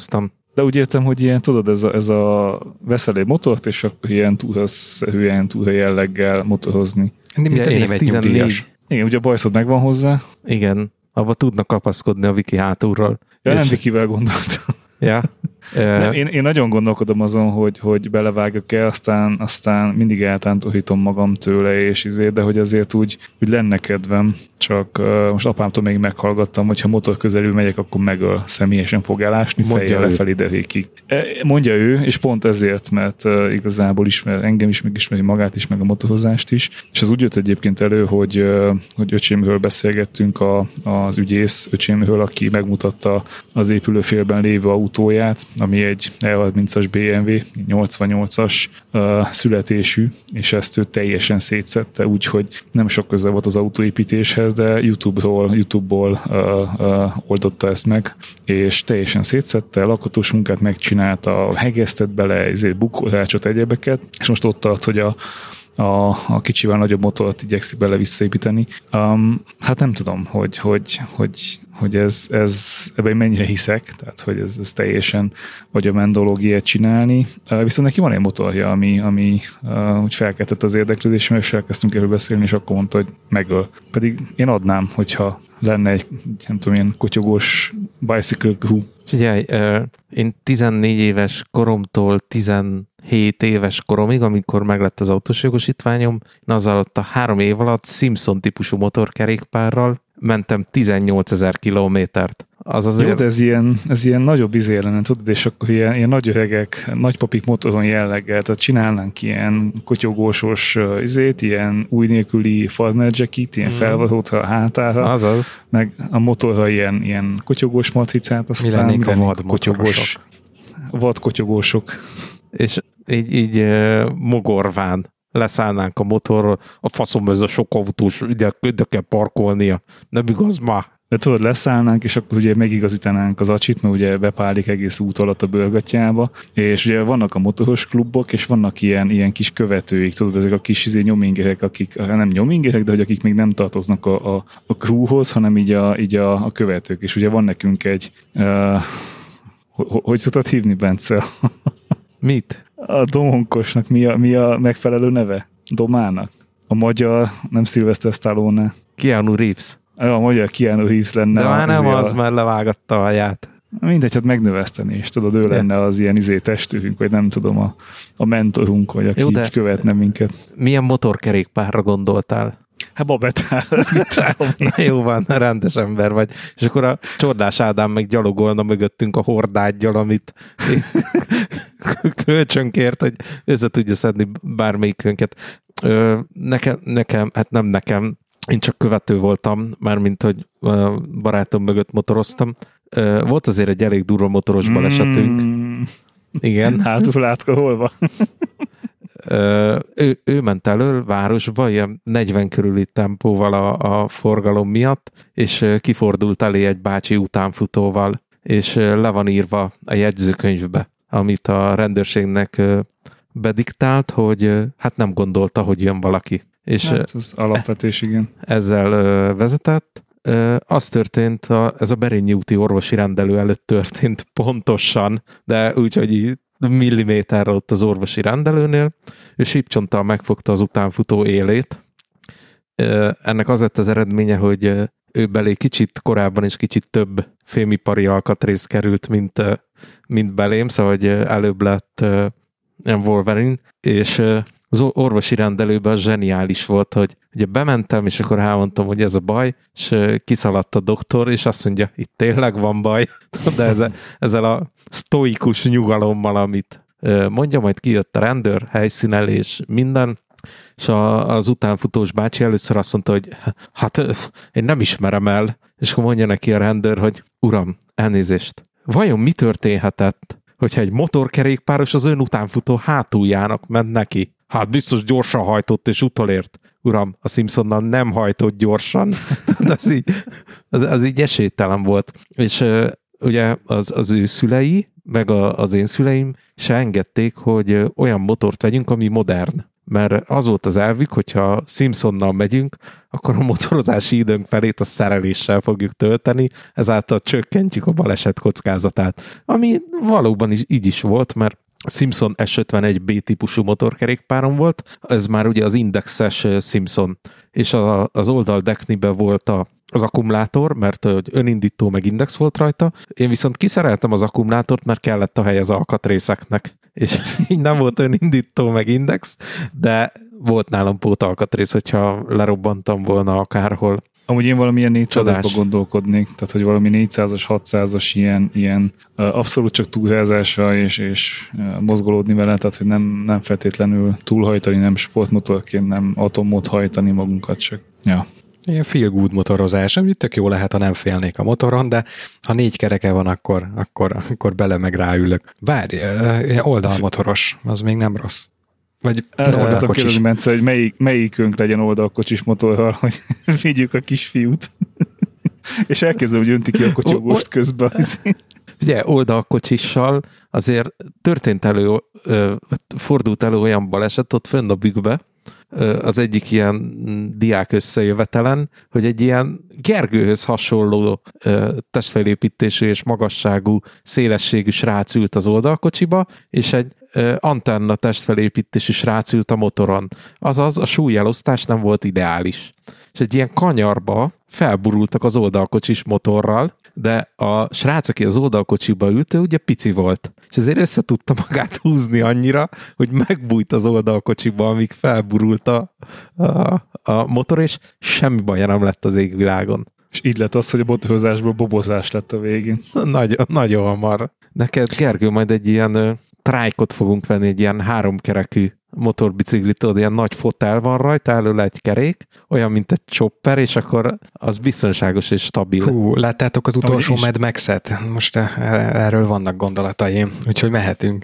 De úgy értem, hogy ilyen, tudod, ez a, ez a veszel egy motort, és akkor ilyen túlhően, túlhő jelleggel motorozni.
Mint
Ja,
a
én ezt
német nyugdíjas.
Igen, ugye a bajszod megvan hozzá.
Igen, abba tudnak kapaszkodni a wiki hátulról.
Ja,
És-
nem Vikivel gondoltam.
Ja.
Nem, én, én nagyon gondolkodom azon, hogy, hogy belevágok-e, aztán, aztán mindig eltántorítom magam tőle, és izé, de hogy azért úgy, úgy lenne kedvem, csak uh, most apámtól még meghallgattam, hogy ha motor közelül megyek, akkor megöl, személyesen fog elásni,
Mondja
fejjel
ő.
lefelé derékig. E, mondja ő, és pont ezért, mert uh, igazából ismer, engem is megismeri magát is, meg a motorozást is, és ez úgy jött egyébként elő, hogy, uh, hogy öcsémről beszélgettünk a, az ügyész öcsémről, aki megmutatta az épülőfélben lévő autóját, ami egy E harmincas bé em vé, nyolcvannyolcas uh, születésű, és ezt ő teljesen szétszette, úgyhogy nem sok köze volt az autóépítéshez, de YouTube-ról, YouTube-ból uh, uh, oldotta ezt meg, és teljesen szétszette, lakatós munkát megcsinálta, hegesztett bele, ezért bukórácsot, egyebeket, és most ott tart, hogy a A, a kicsivel nagyobb motort igyekszik bele visszaépíteni. Um, hát nem tudom, hogy, hogy, hogy, hogy ez, ez ebben mennyire hiszek, tehát hogy ez, ez teljesen agyamendológiát csinálni. Uh, viszont neki van egy motorja, ami, ami uh, úgy felkeltett az érdeklődésem, és elkezdtünk erről beszélni, és akkor mondta, hogy megöl. Pedig én adnám, hogyha lenne egy, nem tudom, ilyen kotyogós bicycle crew.
Figyelj, én tizennégy éves koromtól tizenhét éves koromig, amikor meglett az autós jogosítványom, én az alatt a három év alatt Simpson típusú motorkerékpárral mentem tizennyolcezer kilométert. Az azért...
Jó, de ez ilyen, ez ilyen nagyobb izé lenne, tudod, és akkor ilyen, ilyen nagy öregek, nagypapik motoron jelleggel, tehát csinálnánk ilyen kotyogósos izét, ilyen új nélküli farmer jacket, ilyen mm. felvarrótra a hátára,
Azaz.
meg a motorra ilyen, ilyen kotyogós matricát, aztán
Mi lennénk a vad
kotyogós, vad kotyogósok.
És így, így uh, mogorván leszállnánk a motorról, a faszom ez a sok autós, ide, ide kell parkolnia, nem igaz már?
De tudod, leszállnánk, és akkor ugye megigazítanánk az acsit, mert ugye bepálik egész út alatt a bőrgatjába, és ugye vannak a motoros klubok, és vannak ilyen, ilyen kis követőik, tudod, ezek a kis izé, nyomingerek, akik nem nyomingerek, de hogy akik még nem tartoznak a, a, a crewhoz, hanem így a, így a, a követők. És ugye van nekünk egy, uh, hogy szoktad hívni, Bence?
Mit?
A domonkosnak mi a, mi a megfelelő neve? Domának? A magyar, nem Sylvester Stallone.
Keanu Reeves.
A magyar Keanu Reeves lenne.
De már nem
az,
az, mert levágatta a haját.
Mindegy, hát megnöveszteni, és tudod, ő lenne az ilyen izé testőrünk, vagy nem tudom, a, a mentorunk, vagy aki
Jó,
így követne minket.
Milyen motorkerékpárra gondoltál?
Hát babetál.
Na jó van, rendes ember vagy. És akkor a Csordás Ádám meg gyalogolna mögöttünk a hordágyjal, amit kölcsönkért, hogy össze tudja szedni bármelyikünket. Nekem, nekem, hát nem nekem, én csak követő voltam, mármint, hogy barátom mögött motoroztam. Volt azért egy elég durva motoros balesetünk. Mm. Igen.
Hátul látka hol van?
ő, ő ment elől városba, ilyen negyven körüli tempóval a, a forgalom miatt, és kifordult elé egy bácsi utánfutóval, és le van írva a jegyzőkönyvbe, amit a rendőrségnek bediktált, hogy hát nem gondolta, hogy jön valaki. És
hát az alapvetés, igen.
Ezzel vezetett. Az történt, a, ez a Berényi úti orvosi rendelő előtt történt pontosan, de úgyhogy milliméterre ott az orvosi rendelőnél. Ő sípcsonttal megfogta az utánfutó élét. Ennek az lett az eredménye, hogy ő belé kicsit korábban is kicsit több fémipari alkatrész került, mint, mint belém, szóval hogy előbb lett Wolverine, és az orvosi rendelőben zseniális volt, hogy ugye bementem, és akkor elmondtam, hogy ez a baj, és kiszaladt a doktor, és azt mondja, itt tényleg van baj, de ezzel, ezzel a sztoikus nyugalommal, amit mondja, majd kijött a rendőr, helyszínelés, minden, és a, az utánfutós bácsi először azt mondta, hogy hát én nem ismerem el, és akkor mondja neki a rendőr, hogy uram, elnézést, vajon mi történhetett, hogyha egy motorkerékpáros az ön utánfutó hátuljának ment neki? Hát biztos gyorsan hajtott és utolért. Uram, a Simpsonnal nem hajtott gyorsan. De az így, az, az így esélytelen volt. És uh, ugye az, az ő szülei, meg a, az én szüleim se engedték, hogy uh, olyan motort vegyünk, ami modern. mert az volt az elvük, hogyha Simpsonnal megyünk, akkor a motorozási időnk felét a szereléssel fogjuk tölteni, ezáltal csökkentjük a baleset kockázatát. Ami valóban is így is volt, mert a Simpson S ötvenegy B típusú motorkerékpárom volt, ez már ugye az indexes Simpson, és a, az oldaldekniben volt a, az akkumulátor, mert hogy önindító meg index volt rajta, én viszont kiszereltem az akkumulátort, mert kellett a hely az alkatrészeknek, és így nem volt önindító meg index, de volt nálam pót alkatrész, hogyha lerobbantam volna akárhol.
Amúgy én valamilyen négyszázasba gondolkodnék, tehát hogy valami négyszázas, hatszázas ilyen, ilyen abszolút csak túlzásra és, és mozgolódni vele, tehát hogy nem, nem feltétlenül túlhajtani, nem sportmotorként, nem atommód hajtani magunkat csak. Ja.
Ilyen feel good motorozás, ami tök jó lehet, ha nem félnék a motoron, de ha négy kereke van, akkor, akkor, akkor bele meg ráülök. Várj, oldalmotoros, az még nem rossz. Vagy
ezt akartam kérdezni, Bence, hogy melyik, melyikünk legyen oldalkocsis motorral, hogy vigyük a kisfiút. És elkezdem, hogy önti ki a kocsogost közben.
Ugye, oldalkocsissal azért történt elő, fordult elő olyan baleset ott fönn a bükkbe, az egyik ilyen diák összejövetelen, hogy egy ilyen Gergőhöz hasonló testfelépítésű és magasságú, szélességű srác ült az oldalkocsiba, és egy antenna testfelépítésű srác ült a motoron. Azaz a súlyelosztás nem volt ideális. És egy ilyen kanyarba felburultak az oldalkocsis motorral, de a srác, aki az oldalkocsiba ült, ő ugye pici volt. És ezért össze tudta magát húzni annyira, hogy megbújt az oldalkocsiba, amíg felburult a, a, a motor, és semmi baja nem lett az égvilágon.
És így lett az, hogy a motorozásból bobozás lett a végén.
Nagy, nagyon hamar. Neked, Gergő, majd egy ilyen trájkot fogunk venni, egy ilyen háromkerekű motorbiciklit, ilyen nagy fotel van rajta, előle egy kerék, olyan, mint egy chopper, és akkor az biztonságos és stabil.
Hú, láttátok az utolsó Mad Max-et? Most erről vannak gondolataim, úgyhogy mehetünk.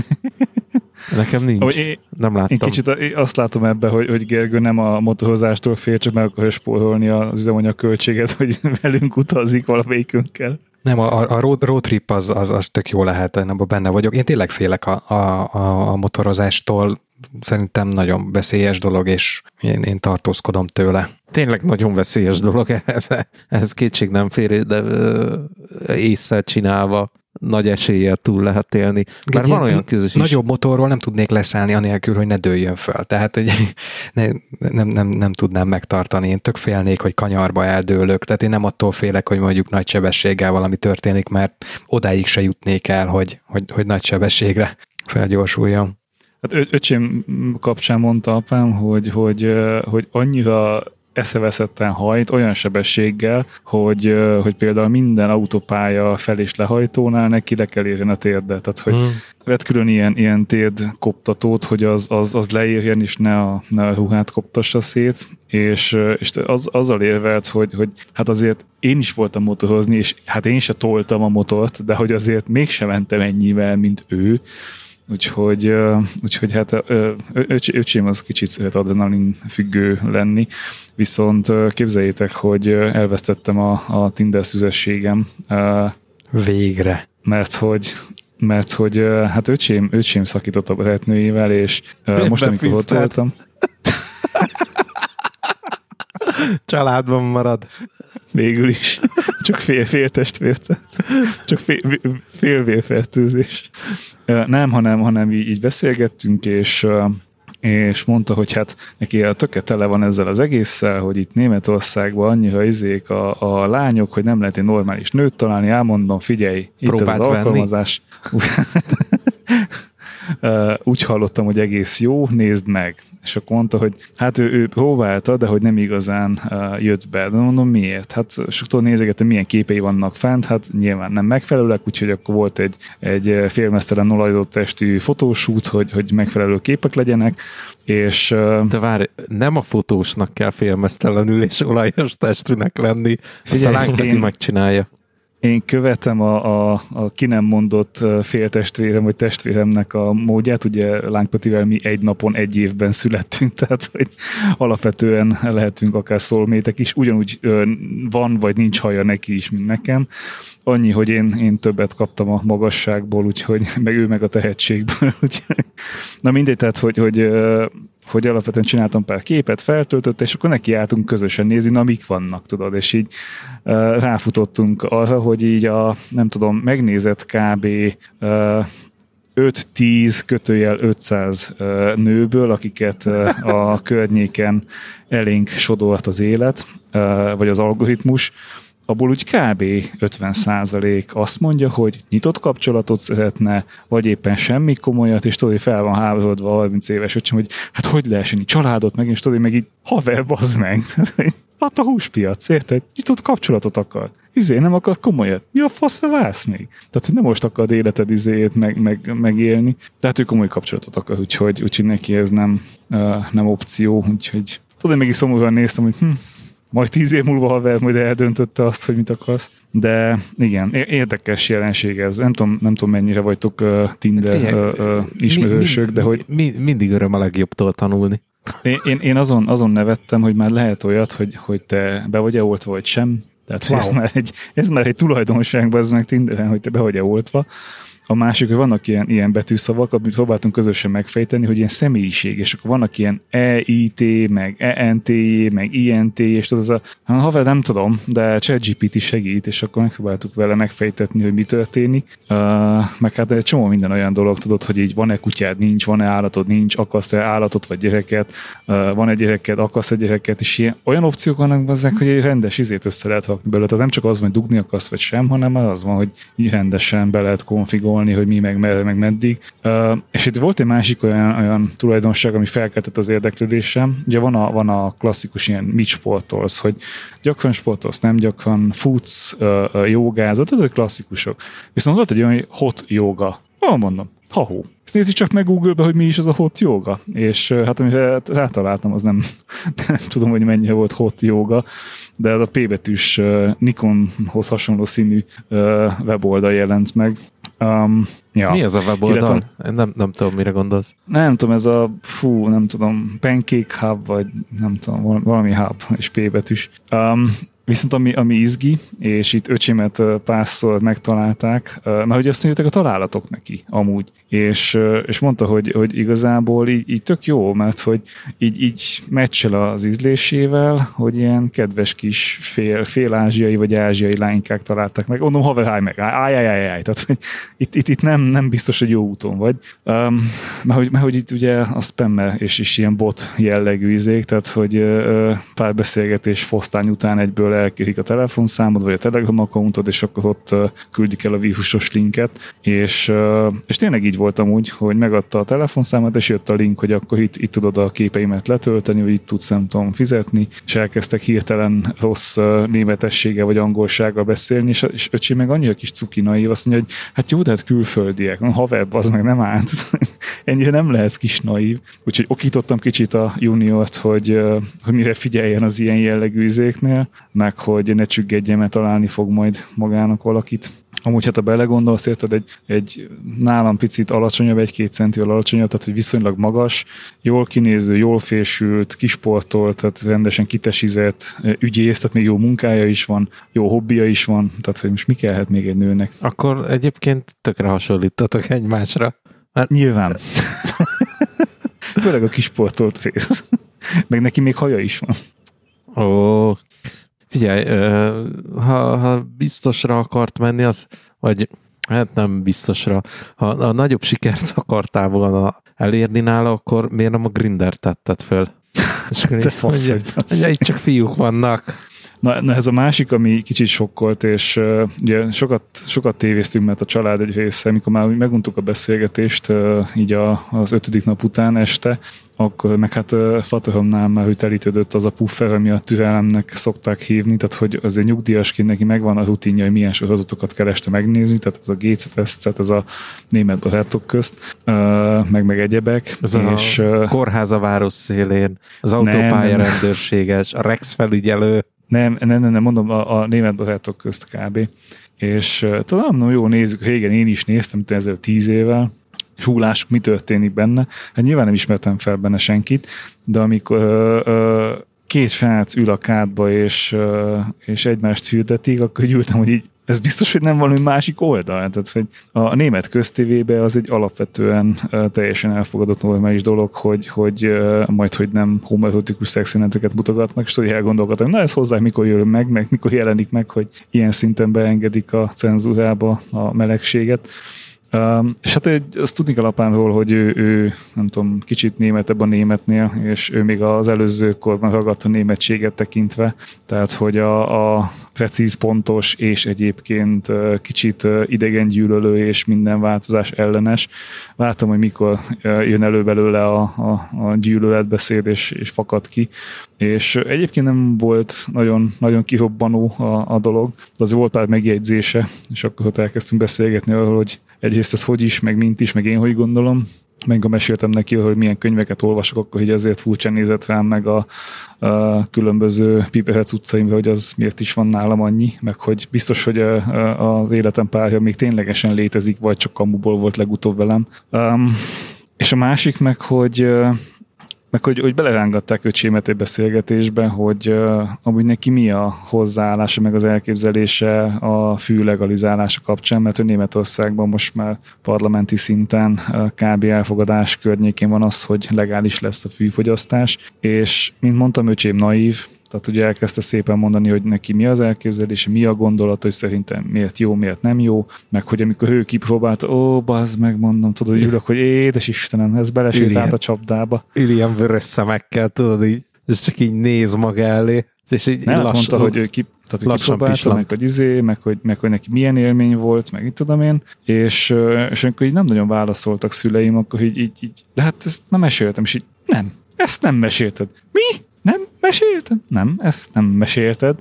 Nekem nincs. Én, nem láttam.
Én kicsit azt látom ebbe, hogy, hogy Gergő nem a motorozástól fél, csak meg akarja spórolni az üzemanyag költséget, hogy velünk utazik valamelyikünkkel.
Nem, a, a road, road trip az, az, az tök jó lehet, abban benne vagyok. Én tényleg félek a, a, a motorozástól, szerintem nagyon veszélyes dolog, és én, én tartózkodom tőle.
Tényleg nagyon veszélyes dolog, ez, ez kétség nem fér, de ésszel csinálva nagy eséllyel túl lehet élni. Bár van olyan közös is.
Nagyobb motorról nem tudnék leszállni anélkül, hogy ne dőljön föl. Tehát hogy ne, nem, nem, nem tudnám megtartani. Én tök félnék, hogy kanyarba eldőlök. Tehát én nem attól félek, hogy mondjuk nagy sebességgel valami történik, mert odáig se jutnék el, hogy, hogy, hogy nagy sebességre felgyorsuljon.
Hát öcsém kapcsán mondta apám, hogy, hogy, hogy annyira eszeveszetten hajt olyan sebességgel, hogy, hogy például minden autópálya fel- és lehajtónál neki le kell érjen a térdet. Tehát, hogy hmm. vett külön ilyen, ilyen térd koptatót, hogy az, az, az leérjen, és ne a, ne a ruhát koptassa szét, és, és az, azzal érvelt, hogy, hogy hát azért én is voltam motorozni, és hát én se toltam a motort, de hogy azért mégsem mentem ennyivel, mint ő. Úgyhogy, úgyhogy hát öcs, öcsém az kicsit szeret adrenalin függő lenni, viszont képzeljétek, hogy elvesztettem a, a Tinder szüzességem.
Végre.
Mert hogy, mert hogy hát öcsém, öcsém szakított a barátnőjével, és Én most, amikor ott voltam...
Családban marad.
Végül is. Csak fél, fél testvért. Csak fél, félvérfertőzés. Nem, hanem, hanem így, így beszélgettünk, és, és mondta, hogy hát neki a töke tele van ezzel az egésszel, hogy itt Németországban annyira izék a, a lányok, hogy nem lehet egy normális nőt találni. Elmondom, figyelj, itt Próbált az alkalmazás. Úgy hallottam, hogy egész jó, nézd meg. És akkor mondta, hogy hát ő, ő próbálta, de hogy nem igazán uh, jött be. De mondom, miért? Hát sokszor nézegettem, milyen képei vannak fent, hát nyilván nem megfelelőek, úgyhogy akkor volt egy, egy félmeztelen olajozott testű fotósút, hogy, hogy megfelelő képek legyenek, és... Uh,
de várj, nem a fotósnak kell félmeztelenül és olajos testűnek lenni, azt a Lánykati megcsinálja.
Én követem a, a, a ki nem mondott féltestvérem, vagy testvéremnek a módját, ugye Lánykativel mi egy napon, egy évben születtünk, tehát hogy alapvetően lehetünk akár szolmétek is, ugyanúgy van, vagy nincs haja neki is, mint nekem. Annyi, hogy én, én többet kaptam a magasságból, úgyhogy meg ő meg a tehetségből. Úgyhogy, na mindegy, tehát, hogy, hogy hogy alapvetően csináltam pár képet, feltöltötte, és akkor nekiálltunk közösen nézni, na mik vannak, tudod, és így uh, ráfutottunk arra, hogy így a, nem tudom, megnézett kb. Uh, öt-tíz kötőjel ötszáz uh, nőből, akiket uh, a környéken elénk sodolt az élet, uh, vagy az algoritmus, abból úgy kb. ötven százalék azt mondja, hogy nyitott kapcsolatot szeretne, vagy éppen semmi komolyat, és tudod, hogy fel van háborodva a harminc éves öcsém, hogy hát hogy lehessen így családot meg, és tudod, meg így haver, bazd meg. Hát a húspiac, érted? Nyitott kapcsolatot akar. Izé, nem akar komolyat. Mi a faszra vársz még? Tehát, hogy nem most akar életed izéjét meg, meg, megélni. Tehát ő komoly kapcsolatot akar, úgyhogy, úgyhogy neki ez nem, uh, nem opció. Úgyhogy tudod, én meg is szomorúan néztem, hogy hm, majd tíz év múlva haver majd eldöntötte azt, hogy mit akarsz. De igen, érdekes jelenség ez. Nem tudom, nem tudom mennyire vagytok uh, Tinder Figyelj, uh, uh, ismerősök, mi, mi, de hogy...
Mi, mindig öröm a legjobbtól tanulni.
Én, én, én azon, azon nevettem, hogy már lehet olyat, hogy, hogy te be vagy-e oltva, vagy sem. Tehát wow. ez, már egy, ez már egy tulajdonság, az meg Tinderen, hogy te be vagy-e oltva. A másik, hogy vannak ilyen, ilyen betűszavak, amit próbáltunk közösen megfejteni, hogy ilyen személyiség, és akkor vannak ilyen E I T, meg E N T, meg I N T, és tudod, az a, hát haver, nem tudom, de ChatGPT segít, és akkor megpróbáltuk vele megfejtetni, hogy mi történik. Uh, meg hát egy csomó minden olyan dolog, tudod, hogy így van-e kutyád, nincs, van-e állatod, nincs, akarsz-e állatot vagy gyereket, uh, van-e gyereked, akarsz-e gyereket, és ilyen, olyan opciók vannak bazzák, hogy egy rendes izét össze lehet rakni belőle. Tehát nem csak az van, hogy dugni akarsz, vagy sem, hanem az van, hogy így rendesen be lehet konfigurálni, hogy mi meg merre, meg meddig. Uh, és itt volt egy másik olyan, olyan tulajdonság, ami felkeltett az érdeklődésem. Ugye van a, van a klasszikus ilyen mit sportolsz, hogy gyakran sportolsz, nem gyakran, futsz, uh, uh, jogázol, tehát klasszikusok. Viszont volt egy olyan hot yoga. Olyan mondom, ha-hó. Ezt nézzük csak meg Google-be, hogy mi is az a hot yoga. És uh, hát amire rátaláltam, az nem, nem tudom, hogy mennyire volt hot yoga, de az a P betűs uh, Nikonhoz hasonló színű uh, weboldal jelent meg. Um, ja.
Mi az a weboldal? Nem, nem tudom, mire gondolsz.
Nem tudom, ez a, fú, nem tudom, Pancake Hub, vagy nem tudom, valami hub, és P betűs. Um, Viszont ami, ami izgi, és itt öcsémet párszor megtalálták, mert hogy azt mondjuk a találatok neki amúgy, és, és mondta, hogy, hogy igazából így, így tök jó, mert hogy így, így meccsel az ízlésével, hogy ilyen kedves kis fél, fél ázsiai vagy ázsiai lánykák találták meg. Mondom, haver, állj meg, állj, állj, állj, állj. Tehát, hogy itt, itt, itt nem, nem biztos, hogy jó úton vagy. Um, mert, hogy, mert hogy itt ugye a spammel és is ilyen bot jellegű izék, tehát hogy uh, pár beszélgetés fosztány után egyből elkérik a telefonszámod, vagy a Telegram accountod, és akkor ott uh, küldik el a vírusos linket, és, uh, és tényleg így voltam úgy, hogy megadta a telefonszámot, és jött a link, hogy akkor itt, itt tudod a képeimet letölteni, vagy itt tudsz, nem tudom, fizetni, és elkezdtek hirtelen rossz uh, németessége vagy angolsággal beszélni, és, és öcsi meg annyira kis cuki naív, azt mondja, hogy hát jó, de hát külföldiek, haver, az meg nem állt. Ennyire nem lehetsz kis naív. Úgyhogy okítottam kicsit a juniort, hogy, uh, hogy mire figyeljen az ilyen jellegű izéknél, meg hogy ne csüggedjen, mert találni fog majd magának valakit. Amúgy, hát ha belegondolsz, érted, egy, egy nálam picit alacsonyabb, egy-két centivel alacsonyabb, tehát hogy viszonylag magas, jól kinéző, jól fésült, kisportolt, tehát rendesen kitesizett ügyész, tehát még jó munkája is van, jó hobbija is van, tehát hogy most mi kellhet még egy nőnek.
Akkor egyébként tökre hasonlítatok egymásra.
Hát nyilván. Főleg a kisportolt rész. Meg neki még haja is van.
Ó, figyelj, ha, ha biztosra akart menni, az, vagy hát nem biztosra, ha a nagyobb sikert akartál volna elérni nála, akkor miért nem a Grindert tetted föl?
Te fasz, hogy
ugye, itt csak fiúk vannak.
Na, na ez a másik, ami kicsit sokkolt, és uh, ugye sokat, sokat tévéztünk, mert a család egy része, amikor már meguntuk a beszélgetést uh, így a, az ötödik nap után este, akkor meg hát uh, Fatoromnál már hogy telítődött az a puffer, ami a türelemnek szokták hívni, tehát hogy azért nyugdíjasként neki megvan a rutinja, hogy milyen sorozatokat kereste megnézni, tehát ez a G C S C, ez a német barátok közt, uh, meg meg egyebek.
Ez
és,
a
uh,
kórház a város szélén, az autópálya rendőrséges, a Rex felügyelő.
Nem, nem, nem, nem, mondom, a, a német barátok közt kb. És uh, talán no, jó, nézzük, régen én is néztem, mint ezzel tíz évvel, és húlásuk, mi történik benne. Hát nyilván nem ismertem fel benne senkit, de amikor uh, uh, két srác ül a kádba, és, uh, és egymást fürdetik, akkor ültem, hogy így ez biztos, hogy nem valami másik oldal. Tehát, hogy a német köztévében az egy alapvetően uh, teljesen elfogadott normális dolog, hogy, hogy uh, majd, hogy nem homoerotikus szexjeleneteket mutogatnak, és hogy elgondolkodnak, na ez hozzá mikor jön meg, meg mikor jelenik meg, hogy ilyen szinten beengedik a cenzúrába a melegséget. Um, és hát azt tudni kell apámról, hogy ő, ő, nem tudom, kicsit németebb a németnél, és ő még az előző korban ragadt a németséget tekintve, tehát hogy a, a precíz, pontos és egyébként kicsit idegengyűlölő és minden változás ellenes. Vártam, hogy mikor jön elő belőle a, a, a gyűlöletbeszéd, és, és fakad ki. És egyébként nem volt nagyon, nagyon kirobbanó a, a dolog, de azért volt pár megjegyzése, és akkor ott elkezdtünk beszélgetni arról, hogy egyrészt ez hogy is, meg mint is, meg én hogy gondolom. Meg meséltem neki, hogy milyen könyveket olvasok, akkor hogy azért furcsán nézett rám, meg a, a különböző Piperec utcaimra, hogy az miért is van nálam annyi, meg hogy biztos, hogy a, a, az életem párja még ténylegesen létezik, vagy csak kamuból volt legutóbb velem. Um, és a másik meg, hogy meg hogy, hogy belerángatták öcsémet egy beszélgetésbe, hogy uh, amúgy neki mi a hozzáállása, meg az elképzelése a fű legalizálása kapcsán, mert hogy Németországban most már parlamenti szinten uh, kb. Elfogadás környékén van az, hogy legális lesz a fűfogyasztás, és mint mondtam, öcsém naív, tehát ugye elkezdte szépen mondani, hogy neki mi az elképzelése, mi a gondolat, hogy szerintem miért jó, miért nem jó, meg hogy amikor ő kipróbálta, ó, bazd meg, mondom, tudod, hogy ülök, hogy édes Istenem, ez belesétált a csapdába.
Ül ilyen vörös szemekkel, tudod, így, és csak így néz maga elé. És így,
nem, lassan, mondta, hogy ő ki, tehát, hogy kipróbálta, meg hogy izé, meg hogy, meg hogy neki milyen élmény volt, meg itt tudom én, és, és amikor így nem nagyon válaszoltak szüleim, akkor így, így, így de hát ezt nem meséltem, és így nem, ezt nem mesélted. Mi? Nem meséltem? Nem, ezt nem mesélted.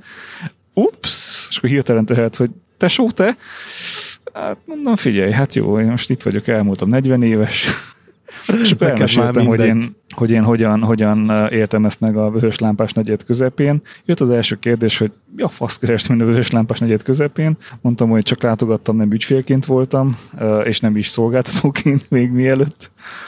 Ups! És akkor hirtelen tehet, hogy tesó, te? Hát mondom, figyelj, hát jó, én most itt vagyok, elmúltam negyven éves. És akkor elmeséltem, hogy én, hogy én hogyan, hogyan éltem ezt meg a vörös lámpás negyed közepén. Jött az első kérdés, hogy mi a fasz kerest, mint a vörös lámpás negyed közepén. Mondtam, hogy csak látogattam, nem ügyfélként voltam, és nem is szolgáltatóként még mielőtt.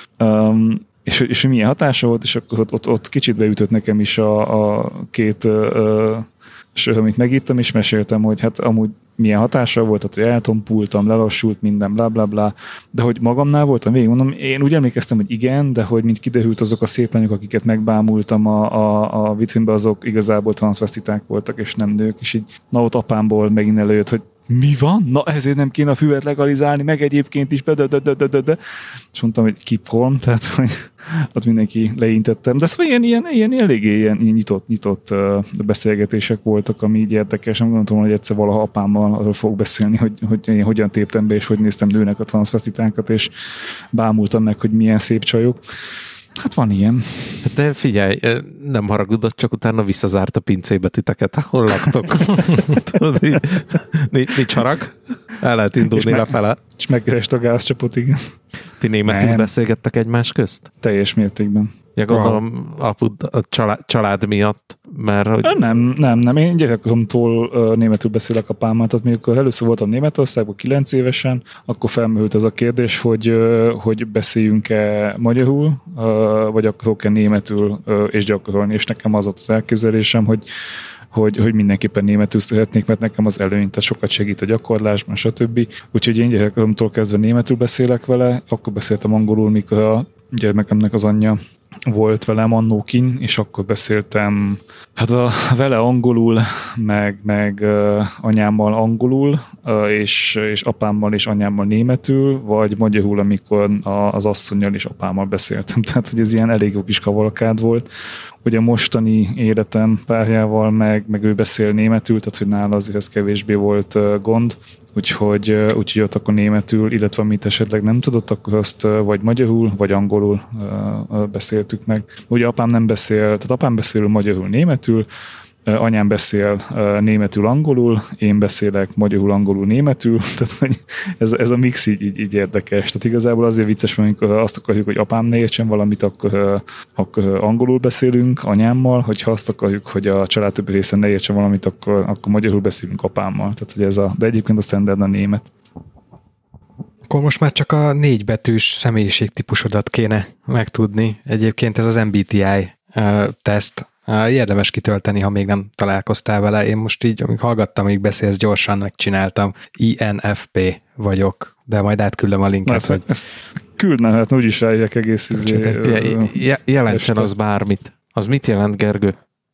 Um, És, és milyen hatása volt, és akkor ott, ott, ott kicsit beütött nekem is a, a két uh, sör, amit megittam, és meséltem, hogy hát amúgy milyen hatása volt, tehát, hogy eltompultam, lelassult minden, bla bla bla, de hogy magamnál voltam, végig mondom, én úgy emlékeztem, hogy igen, de hogy mint kiderült, azok a szép lányok, akiket megbámultam a, a, a vitrínbe, azok igazából transzvesztiták voltak, és nem nők, és így na ott apámból megint előjött, hogy mi van? Na ezért nem kéne a füvet legalizálni, meg egyébként is, de, de, de, de, de, de. És mondtam, hogy keep calm, tehát hogy ott mindenki leintettem. De szóval ilyen, ilyen, ilyen eléggé ilyen, ilyen nyitott, nyitott uh, beszélgetések voltak, ami így érdekes. Nem gondoltam, hogy egyszer valaha apámmal arról fogok beszélni, hogy, hogy én hogyan téptem be, és hogy néztem nőnek a transzvesztitákat, és bámultam meg, hogy milyen szép csajok. Hát van ilyen.
De figyelj, nem haragudott, csak utána visszazárt a pincébe titeket, ahol laktok. Tudod, így, nincs harag, el lehet indulni
és
lefele.
Me- és megkerest a gázcsapot, igen.
Ti németül nem. beszélgettek egymás közt?
Teljes mértékben.
Ja, gondolom apud a család, család miatt, mert hogy...
Nem, nem, nem. Én gyerekkoromtól uh, németül beszélek apámmal, tehát amikor először voltam Németországban kilenc évesen, akkor felmerült ez a kérdés, hogy, uh, hogy beszéljünk-e magyarul, uh, vagy akarok-e németül uh, és gyakorolni, és nekem az ott az elképzelésem, hogy Hogy, hogy mindenképpen németül szeretnék, mert nekem az előny, tehát sokat segít a gyakorlásban, stb. Úgyhogy én gyerekkoromtól kezdve németül beszélek vele, akkor beszéltem angolul, mikor a gyermekemnek az anyja volt velem annó kin, és akkor beszéltem hát a, vele angolul, meg, meg uh, anyámmal angolul, uh, és, és apámmal és anyámmal németül, vagy magyarul, amikor a, az asszonnyal és apámmal beszéltem. Tehát, hogy ez ilyen elég jó kis kavalkád volt. Ugye a mostani életem párjával meg, meg ő beszél németül, tehát hogy nála azért ez kevésbé volt uh, gond, úgyhogy, uh, úgyhogy ott akkor németül, illetve amit esetleg nem tudott, akkor azt uh, vagy magyarul, vagy angolul uh, uh, beszéltük meg. Ugye apám nem beszél, tehát apám beszél magyarul, németül, uh, anyám beszél uh, németül, angolul, én beszélek magyarul, angolul, németül, tehát hogy ez, ez a mix így, így, így érdekes. Tehát igazából azért vicces, mert amikor azt akarjuk, hogy apám ne értsen valamit, akkor, uh, akkor angolul beszélünk anyámmal, hogyha azt akarjuk, hogy a család többi része ne értsen valamit, akkor, akkor magyarul beszélünk apámmal. Tehát, hogy ez a, de egyébként a standard a német.
Akkor most már csak a négybetűs személyiségtípusodat kéne megtudni. Egyébként ez az em bé té i uh, teszt, Érdemes kitölteni, ha még nem találkoztál vele. Én most így, amíg hallgattam, amíg beszélsz, gyorsan megcsináltam. I N F P vagyok, de majd átküldöm a linket.
Hogy... Ezt küldne, hát úgyis rájövök egész izé,
jelentsen az bármit. Az mit jelent, Gergő?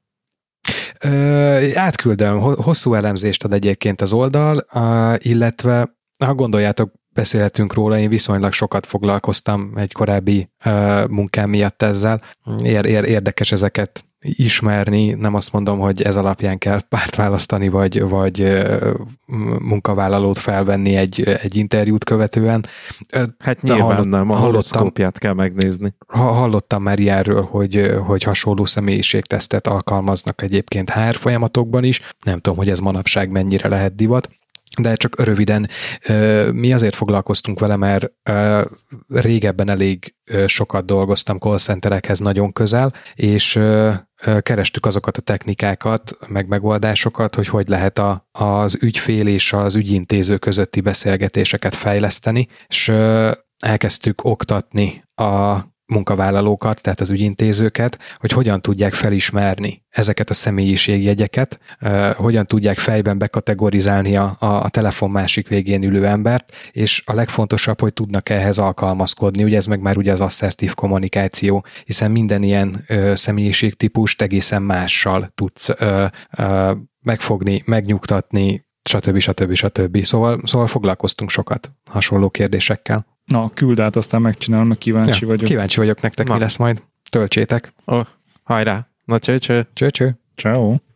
Ö, átküldöm. Hosszú elemzést ad egyébként az oldal, illetve, ha gondoljátok, beszélhetünk róla, én viszonylag sokat foglalkoztam egy korábbi uh, munkám miatt ezzel. Ér, ér, érdekes ezeket ismerni, nem azt mondom, hogy ez alapján kell párt választani, vagy, vagy uh, munkavállalót felvenni egy, egy interjút követően.
Hát nyilván hallott, nem, a horoszkópját kell megnézni.
Hallottam már ilyenről, hogy, hogy hasonló személyiségtesztet alkalmaznak egyébként há er folyamatokban is. Nem tudom, hogy ez manapság mennyire lehet divat. De csak röviden, mi azért foglalkoztunk vele, mert régebben elég sokat dolgoztam call centerekhez nagyon közel, és kerestük azokat a technikákat, meg megoldásokat, hogy hogy lehet a, az ügyfél és az ügyintéző közötti beszélgetéseket fejleszteni, és elkezdtük oktatni a munkavállalókat, tehát az ügyintézőket, hogy hogyan tudják felismerni ezeket a személyiségjegyeket, hogyan tudják fejben bekategorizálni a, a telefon másik végén ülő embert, és a legfontosabb, hogy tudnak ehhez alkalmazkodni, ugye ez meg már ugye az asszertív kommunikáció, hiszen minden ilyen ö, személyiségtípust egészen mással tudsz ö, ö, megfogni, megnyugtatni, stb. stb. stb. Szóval, szóval foglalkoztunk sokat hasonló kérdésekkel.
Na, küld át, aztán megcsinálom, meg kíváncsi ja, vagyok.
Kíváncsi vagyok nektek, Na. mi lesz majd. Töltsétek.
Oh, hajrá. Na, cső, cső.
Cső, cső.
Ciao.